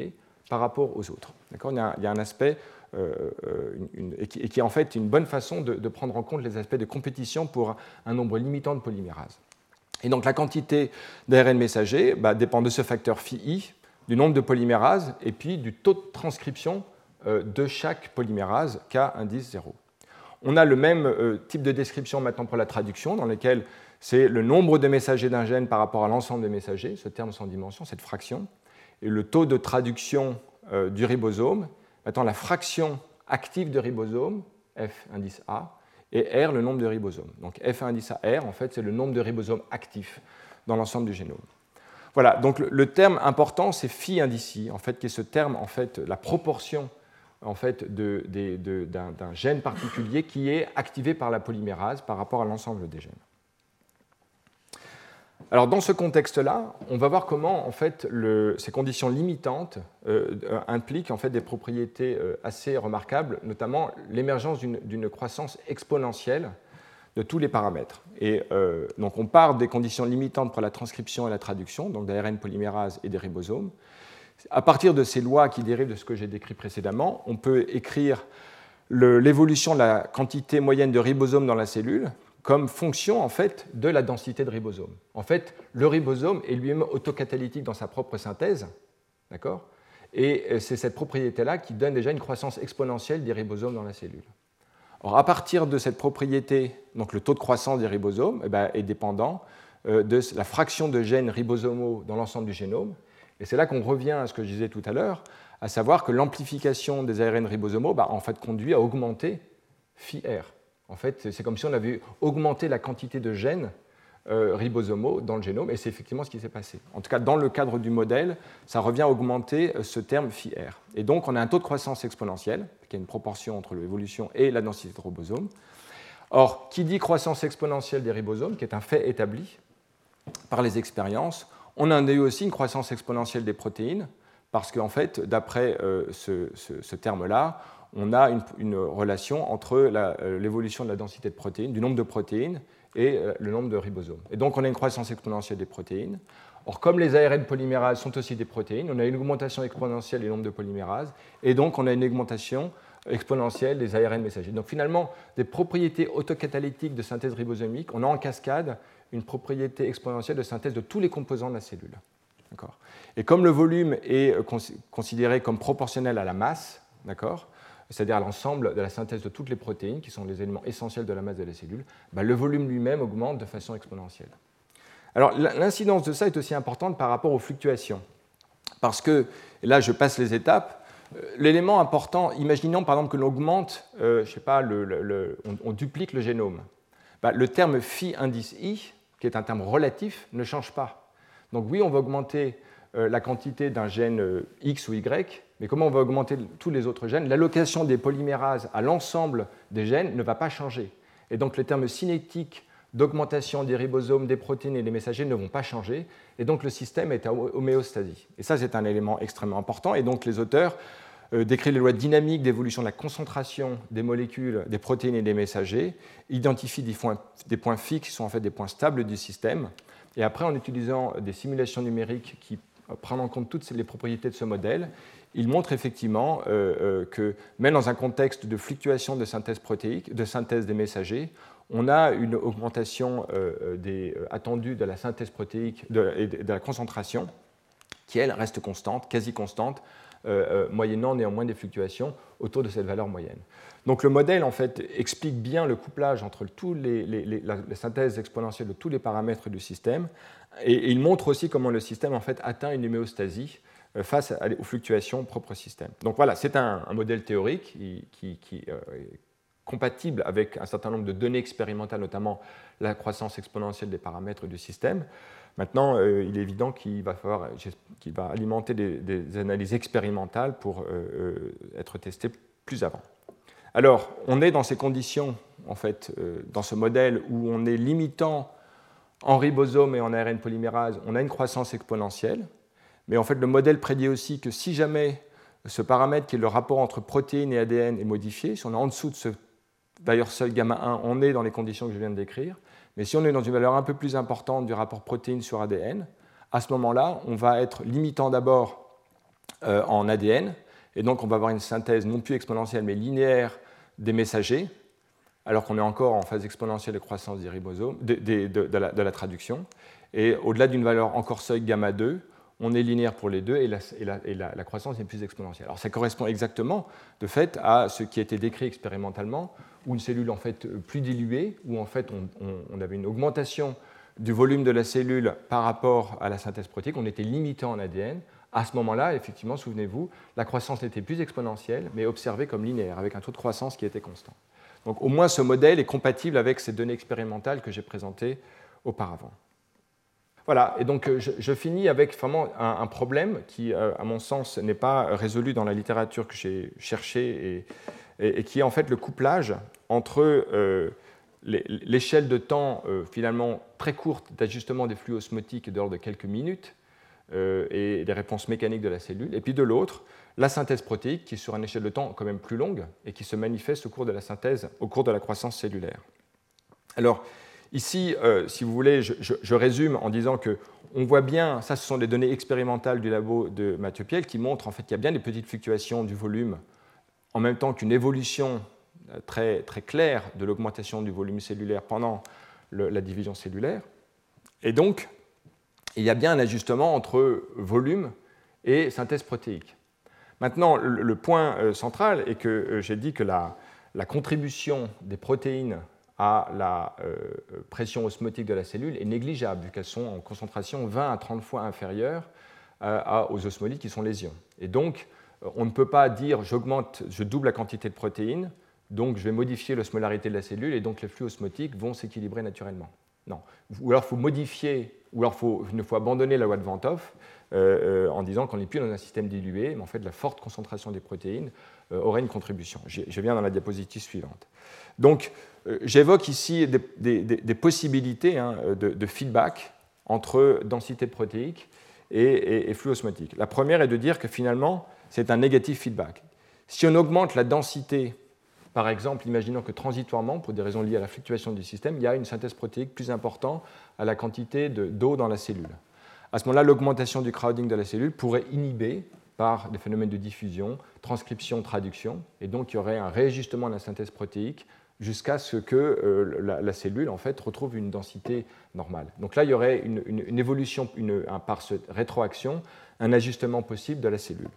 par rapport aux autres. D'accord ? Il y a, il y a un aspect, euh, une, une, et, qui, et qui est en fait une bonne façon de, de prendre en compte les aspects de compétition pour un nombre limitant de polymérases. Et donc la quantité d'A R N messager bah, dépend de ce facteur phi i, du nombre de polymérases et puis du taux de transcription euh, de chaque polymérase K indice zéro. On a le même euh, type de description maintenant pour la traduction, dans lequel c'est le nombre de messagers d'un gène par rapport à l'ensemble des messagers, ce terme sans dimension, cette fraction, et le taux de traduction euh, du ribosome, maintenant la fraction active de ribosome, F indice A, et R, le nombre de ribosomes. Donc F indice A R, en fait, c'est le nombre de ribosomes actifs dans l'ensemble du génome. Voilà, donc le, le terme important, c'est phi indice I, en fait, qui est ce terme, en fait, la proportion en fait, de, de, de, d'un, d'un gène particulier qui est activé par la polymérase par rapport à l'ensemble des gènes. Alors, dans ce contexte-là, on va voir comment en fait, le, ces conditions limitantes euh, impliquent en fait, des propriétés euh, assez remarquables, notamment l'émergence d'une, d'une croissance exponentielle de tous les paramètres. Et euh, donc, on part des conditions limitantes pour la transcription et la traduction, donc d'A R N polymérase et des ribosomes. À partir de ces lois qui dérivent de ce que j'ai décrit précédemment, on peut écrire le, l'évolution de la quantité moyenne de ribosomes dans la cellule comme fonction en fait, de la densité de ribosomes. En fait, le ribosome est lui-même autocatalytique dans sa propre synthèse, d'accord ? Et c'est cette propriété-là qui donne déjà une croissance exponentielle des ribosomes dans la cellule. Or, à partir de cette propriété, donc le taux de croissance des ribosomes eh ben, est dépendant euh, de la fraction de gènes ribosomaux dans l'ensemble du génome. Et c'est là qu'on revient à ce que je disais tout à l'heure, à savoir que l'amplification des A R N ribosomaux bah, en fait, conduit à augmenter phi R. En fait, c'est comme si on avait augmenté la quantité de gènes euh, ribosomaux dans le génome, et c'est effectivement ce qui s'est passé. En tout cas, dans le cadre du modèle, ça revient à augmenter ce terme phi R. Et donc, on a un taux de croissance exponentielle, qui est une proportion entre l'évolution et la densité de ribosomes. Or, qui dit croissance exponentielle des ribosomes, qui est un fait établi par les expériences, on a eu aussi une croissance exponentielle des protéines, parce qu'en fait, d'après euh, ce, ce, ce terme-là, on a une, une relation entre la, euh, l'évolution de la densité de protéines, du nombre de protéines, et euh, le nombre de ribosomes. Et donc, on a une croissance exponentielle des protéines. Or, comme les A R N polymérases sont aussi des protéines, on a une augmentation exponentielle du nombre de polymérases, et donc on a une augmentation exponentielle des A R N messagers. Donc, finalement, des propriétés autocatalytiques de synthèse ribosomique, on a en cascade une propriété exponentielle de synthèse de tous les composants de la cellule. D'accord ? Et comme le volume est considéré comme proportionnel à la masse, d'accord, c'est-à-dire à l'ensemble de la synthèse de toutes les protéines, qui sont les éléments essentiels de la masse de la cellule, ben le volume lui-même augmente de façon exponentielle. Alors, l'incidence de ça est aussi importante par rapport aux fluctuations. Parce que, et là je passe les étapes, l'élément important, imaginons par exemple que l'on augmente, euh, je sais pas, le, le, le, on, on duplique le génome. Ben, le terme phi indice I, qui est un terme relatif, ne change pas. Donc oui, on va augmenter euh, la quantité d'un gène euh, X ou Y, mais comment on va augmenter tous les autres gènes ? L'allocation des polymérases à l'ensemble des gènes ne va pas changer. Et donc les termes cinétiques d'augmentation des ribosomes, des protéines et des messagers ne vont pas changer, et donc le système est à homéostasie. Et ça, c'est un élément extrêmement important, et donc les auteurs euh, décrivent les lois dynamiques d'évolution de la concentration des molécules, des protéines et des messagers, identifient des points, des points fixes qui sont en fait des points stables du système, et après, en utilisant des simulations numériques qui prennent en compte toutes les propriétés de ce modèle, ils montrent effectivement euh, euh, que même dans un contexte de fluctuation de synthèse protéique, de synthèse des messagers, on a une augmentation euh, des, euh, attendue de la synthèse protéique de, et de, de la concentration qui, elle, reste constante, quasi constante, euh, euh, moyennant néanmoins des fluctuations autour de cette valeur moyenne. Donc le modèle, en fait, explique bien le couplage entre tous les, les, les, la, la synthèse exponentielle de tous les paramètres du système, et, et il montre aussi comment le système, en fait, atteint une homéostasie euh, face à, aux fluctuations propres au système. Donc voilà, c'est un, un modèle théorique qui, qui, qui euh, est compatible avec un certain nombre de données expérimentales, notamment la croissance exponentielle des paramètres du système. Maintenant, euh, il est évident qu'il va, falloir, qu'il va alimenter des, des analyses expérimentales pour euh, être testé plus avant. Alors, on est dans ces conditions, en fait, euh, dans ce modèle où on est limitant en ribosome et en A R N polymérase, on a une croissance exponentielle, mais en fait, le modèle prédit aussi que si jamais ce paramètre, qui est le rapport entre protéines et A D N, est modifié, si on est en dessous de ce valeur seuil gamma un, on est dans les conditions que je viens de décrire, mais si on est dans une valeur un peu plus importante du rapport protéines sur A D N, à ce moment-là, on va être limitant d'abord euh, en A D N. Et donc, on va avoir une synthèse non plus exponentielle, mais linéaire des messagers, alors qu'on est encore en phase exponentielle de croissance des ribosomes, de, de, de, de, la, de la traduction. Et au-delà d'une valeur encore seuil gamma deux, on est linéaire pour les deux et, la, et, la, et la, la croissance est plus exponentielle. Alors ça correspond exactement, de fait, à ce qui a été décrit expérimentalement, où une cellule en fait plus diluée, où en fait on, on, on avait une augmentation du volume de la cellule par rapport à la synthèse protéique, on était limité en A D N. À ce moment-là, effectivement, souvenez-vous, la croissance était plus exponentielle, mais observée comme linéaire, avec un taux de croissance qui était constant. Donc au moins ce modèle est compatible avec ces données expérimentales que j'ai présentées auparavant. Voilà, et donc je, je finis avec vraiment un, un problème qui, euh, à mon sens, n'est pas résolu dans la littérature que j'ai cherchée et, et, et qui est en fait le couplage entre euh, l'échelle de temps euh, finalement très courte d'ajustement des flux osmotiques de l'ordre de quelques minutes euh, et des réponses mécaniques de la cellule, et puis de l'autre, la synthèse protéique qui est sur une échelle de temps quand même plus longue et qui se manifeste au cours de la synthèse, au cours de la croissance cellulaire. Alors, ici, euh, si vous voulez, je, je, je résume en disant qu'on voit bien, ça ce sont des données expérimentales du labo de Mathieu Piel qui montrent en fait qu'il y a bien des petites fluctuations du volume en même temps qu'une évolution très, très claire de l'augmentation du volume cellulaire pendant le, la division cellulaire. Et donc, il y a bien un ajustement entre volume et synthèse protéique. Maintenant, le, le point euh, central est que euh, j'ai dit que la, la contribution des protéines à la euh, pression osmotique de la cellule est négligeable, vu qu'elles sont en concentration vingt à trente fois inférieure euh, à, aux osmolytes qui sont les ions. Et donc, on ne peut pas dire j'augmente, je double la quantité de protéines, donc je vais modifier l'osmolarité de la cellule et donc les flux osmotiques vont s'équilibrer naturellement. Non. Ou alors il faut modifier, ou alors faut, il faut abandonner la loi de Van 't Hoff euh, euh, en disant qu'on n'est plus dans un système dilué, mais en fait la forte concentration des protéines euh, aurait une contribution. Je, je viens dans la diapositive suivante. Donc euh, j'évoque ici des, des, des possibilités hein, de, de feedback entre densité protéique et, et, et flux osmotique. La première est de dire que finalement c'est un negative feedback. Si on augmente la densité, par exemple, imaginons que transitoirement, pour des raisons liées à la fluctuation du système, il y a une synthèse protéique plus importante à la quantité d'eau dans la cellule. À ce moment-là, l'augmentation du crowding de la cellule pourrait inhiber par des phénomènes de diffusion, transcription, traduction, et donc il y aurait un réajustement de la synthèse protéique jusqu'à ce que euh, la, la cellule en fait, retrouve une densité normale. Donc là, il y aurait une, une, une évolution une, un, par cette rétroaction, un ajustement possible de la cellule.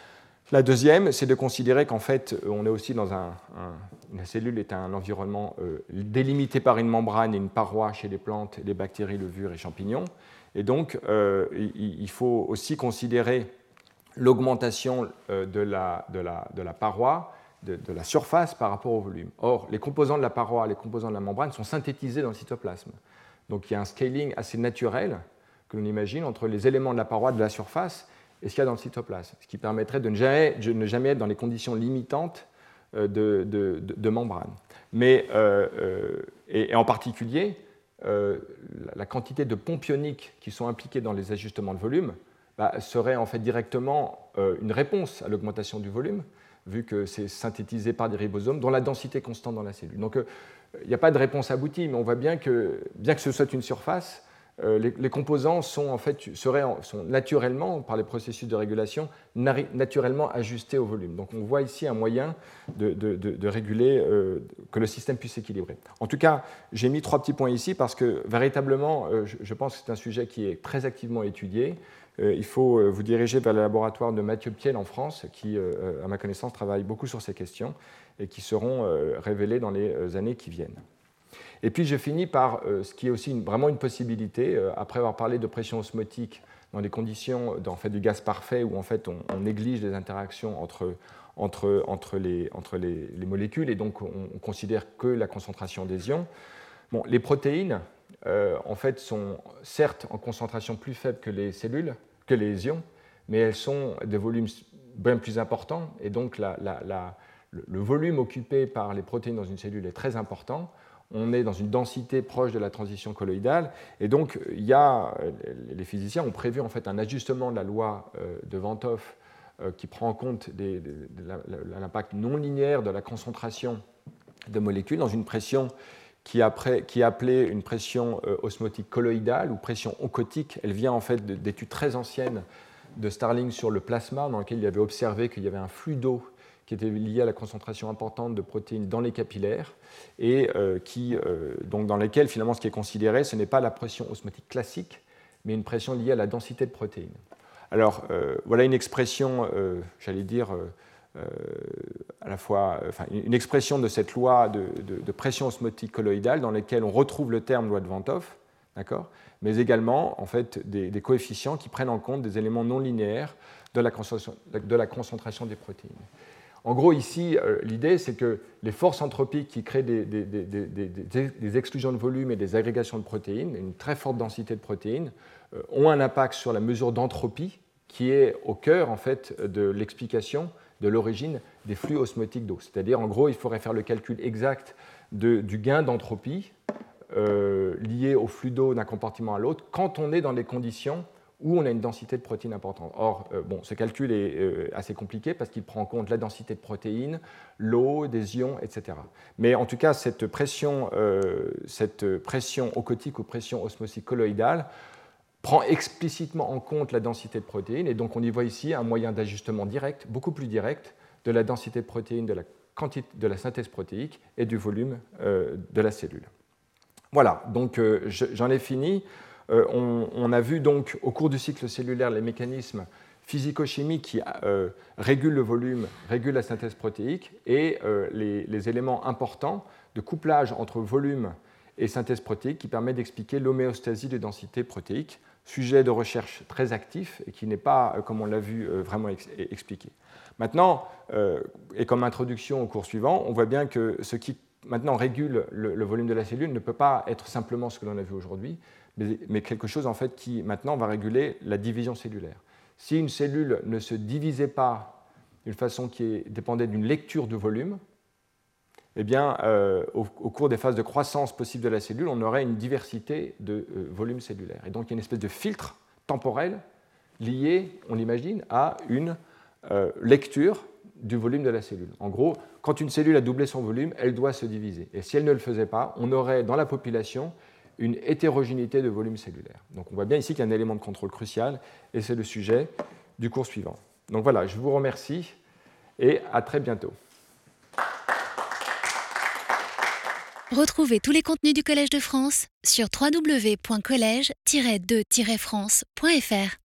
La deuxième, c'est de considérer qu'en fait, on est aussi dans un, un la cellule est un environnement euh, délimité par une membrane et une paroi chez les plantes, les bactéries, levures et champignons. Et donc, euh, il, il faut aussi considérer l'augmentation euh, de, la, de, la, de la paroi, de, de la surface par rapport au volume. Or, les composants de la paroi, les composants de la membrane sont synthétisés dans le cytoplasme. Donc, il y a un scaling assez naturel que l'on imagine entre les éléments de la paroi, de la surface, et ce qu'il y a dans le cytoplasme, ce qui permettrait de ne jamais, de ne jamais être dans les conditions limitantes de, de, de, de membrane. Mais, euh, euh, et, et en particulier, euh, la, la quantité de pompes ioniques qui sont impliquées dans les ajustements de volume bah, serait en fait directement euh, une réponse à l'augmentation du volume, vu que c'est synthétisé par des ribosomes dont la densité est constante dans la cellule. Donc il euh, n'y a pas de réponse aboutie, mais on voit bien que, bien que ce soit une surface, Les, les composants sont, en fait, seraient, sont naturellement, par les processus de régulation, naturellement ajustés au volume. Donc on voit ici un moyen de, de, de, de réguler, euh, que le système puisse s'équilibrer. En tout cas, j'ai mis trois petits points ici parce que véritablement, euh, je, je pense que c'est un sujet qui est très activement étudié. Euh, il faut vous diriger vers le laboratoire de Mathieu Piel en France, qui, euh, à ma connaissance, travaille beaucoup sur ces questions et qui seront euh, révélées dans les années qui viennent. Et puis je finis par euh, ce qui est aussi une, vraiment une possibilité, euh, après avoir parlé de pression osmotique dans des conditions en fait, du gaz parfait où en fait, on, on néglige les interactions entre, entre, entre, les, entre les, les molécules et donc on, on considère que la concentration des ions. Bon, les protéines euh, en fait, sont certes en concentration plus faible que les cellules, que les ions, mais elles sont des volumes bien plus importants et donc la, la, la, le, le volume occupé par les protéines dans une cellule est très important. On est dans une densité proche de la transition colloïdale, et donc il y a, les physiciens ont prévu en fait un ajustement de la loi de Van 't Hoff qui prend en compte des, de, de l'impact non linéaire de la concentration de molécules dans une pression qui, après, qui est appelée une pression osmotique colloïdale ou pression oncotique. Elle vient en fait d'études très anciennes de Starling sur le plasma, dans lequel il avait observé qu'il y avait un flux d'eau qui était lié à la concentration importante de protéines dans les capillaires, et euh, qui, euh, donc dans lesquels, finalement, ce qui est considéré, ce n'est pas la pression osmotique classique, mais une pression liée à la densité de protéines. Alors, euh, voilà une expression, euh, j'allais dire, euh, euh, à la fois, enfin, une expression de cette loi de, de, de pression osmotique colloïdale dans laquelle on retrouve le terme loi de Van't Hoff, d'accord, mais également, en fait, des, des coefficients qui prennent en compte des éléments non linéaires de la concentration, de la concentration des protéines. En gros, ici, euh, l'idée, c'est que les forces anthropiques qui créent des, des, des, des, des, des exclusions de volume et des agrégations de protéines, une très forte densité de protéines, euh, ont un impact sur la mesure d'entropie qui est au cœur, en fait, de l'explication de l'origine des flux osmotiques d'eau. C'est-à-dire, en gros, il faudrait faire le calcul exact de, du gain d'entropie euh, lié au flux d'eau d'un compartiment à l'autre quand on est dans des conditions où on a une densité de protéines importante. Or, euh, bon, ce calcul est euh, assez compliqué parce qu'il prend en compte la densité de protéines, l'eau, des ions, et cetera. Mais en tout cas, cette pression, euh, cette pression ocotique ou pression osmotique colloïdale prend explicitement en compte la densité de protéines, et donc on y voit ici un moyen d'ajustement direct, beaucoup plus direct, de la densité de protéines, de la, quantité, de la synthèse protéique et du volume euh, de la cellule. Voilà, donc euh, j'en ai fini. Euh, on, on a vu donc au cours du cycle cellulaire les mécanismes physico-chimiques qui euh, régulent le volume, régulent la synthèse protéique, et euh, les, les éléments importants de couplage entre volume et synthèse protéique qui permet d'expliquer l'homéostasie des densités protéiques, sujet de recherche très actif et qui n'est pas, comme on l'a vu, vraiment ex- expliqué. Maintenant, euh, et comme introduction au cours suivant, on voit bien que ce qui maintenant régule le, le volume de la cellule ne peut pas être simplement ce que l'on a vu aujourd'hui, mais, mais quelque chose en fait qui maintenant va réguler la division cellulaire. Si une cellule ne se divisait pas d'une façon qui est, dépendait d'une lecture de volume, eh bien, euh, au, au cours des phases de croissance possibles de la cellule, on aurait une diversité de euh, volumes cellulaires. Et donc, il y a une espèce de filtre temporel lié, on l'imagine, à une euh, lecture du volume de la cellule. En gros, quand une cellule a doublé son volume, elle doit se diviser. Et si elle ne le faisait pas, on aurait dans la population une hétérogénéité de volume cellulaire. Donc, on voit bien ici qu'il y a un élément de contrôle crucial, et c'est le sujet du cours suivant. Donc voilà, je vous remercie et à très bientôt. Retrouvez tous les contenus du Collège de France sur w w w point collège tiret de tiret france point f r.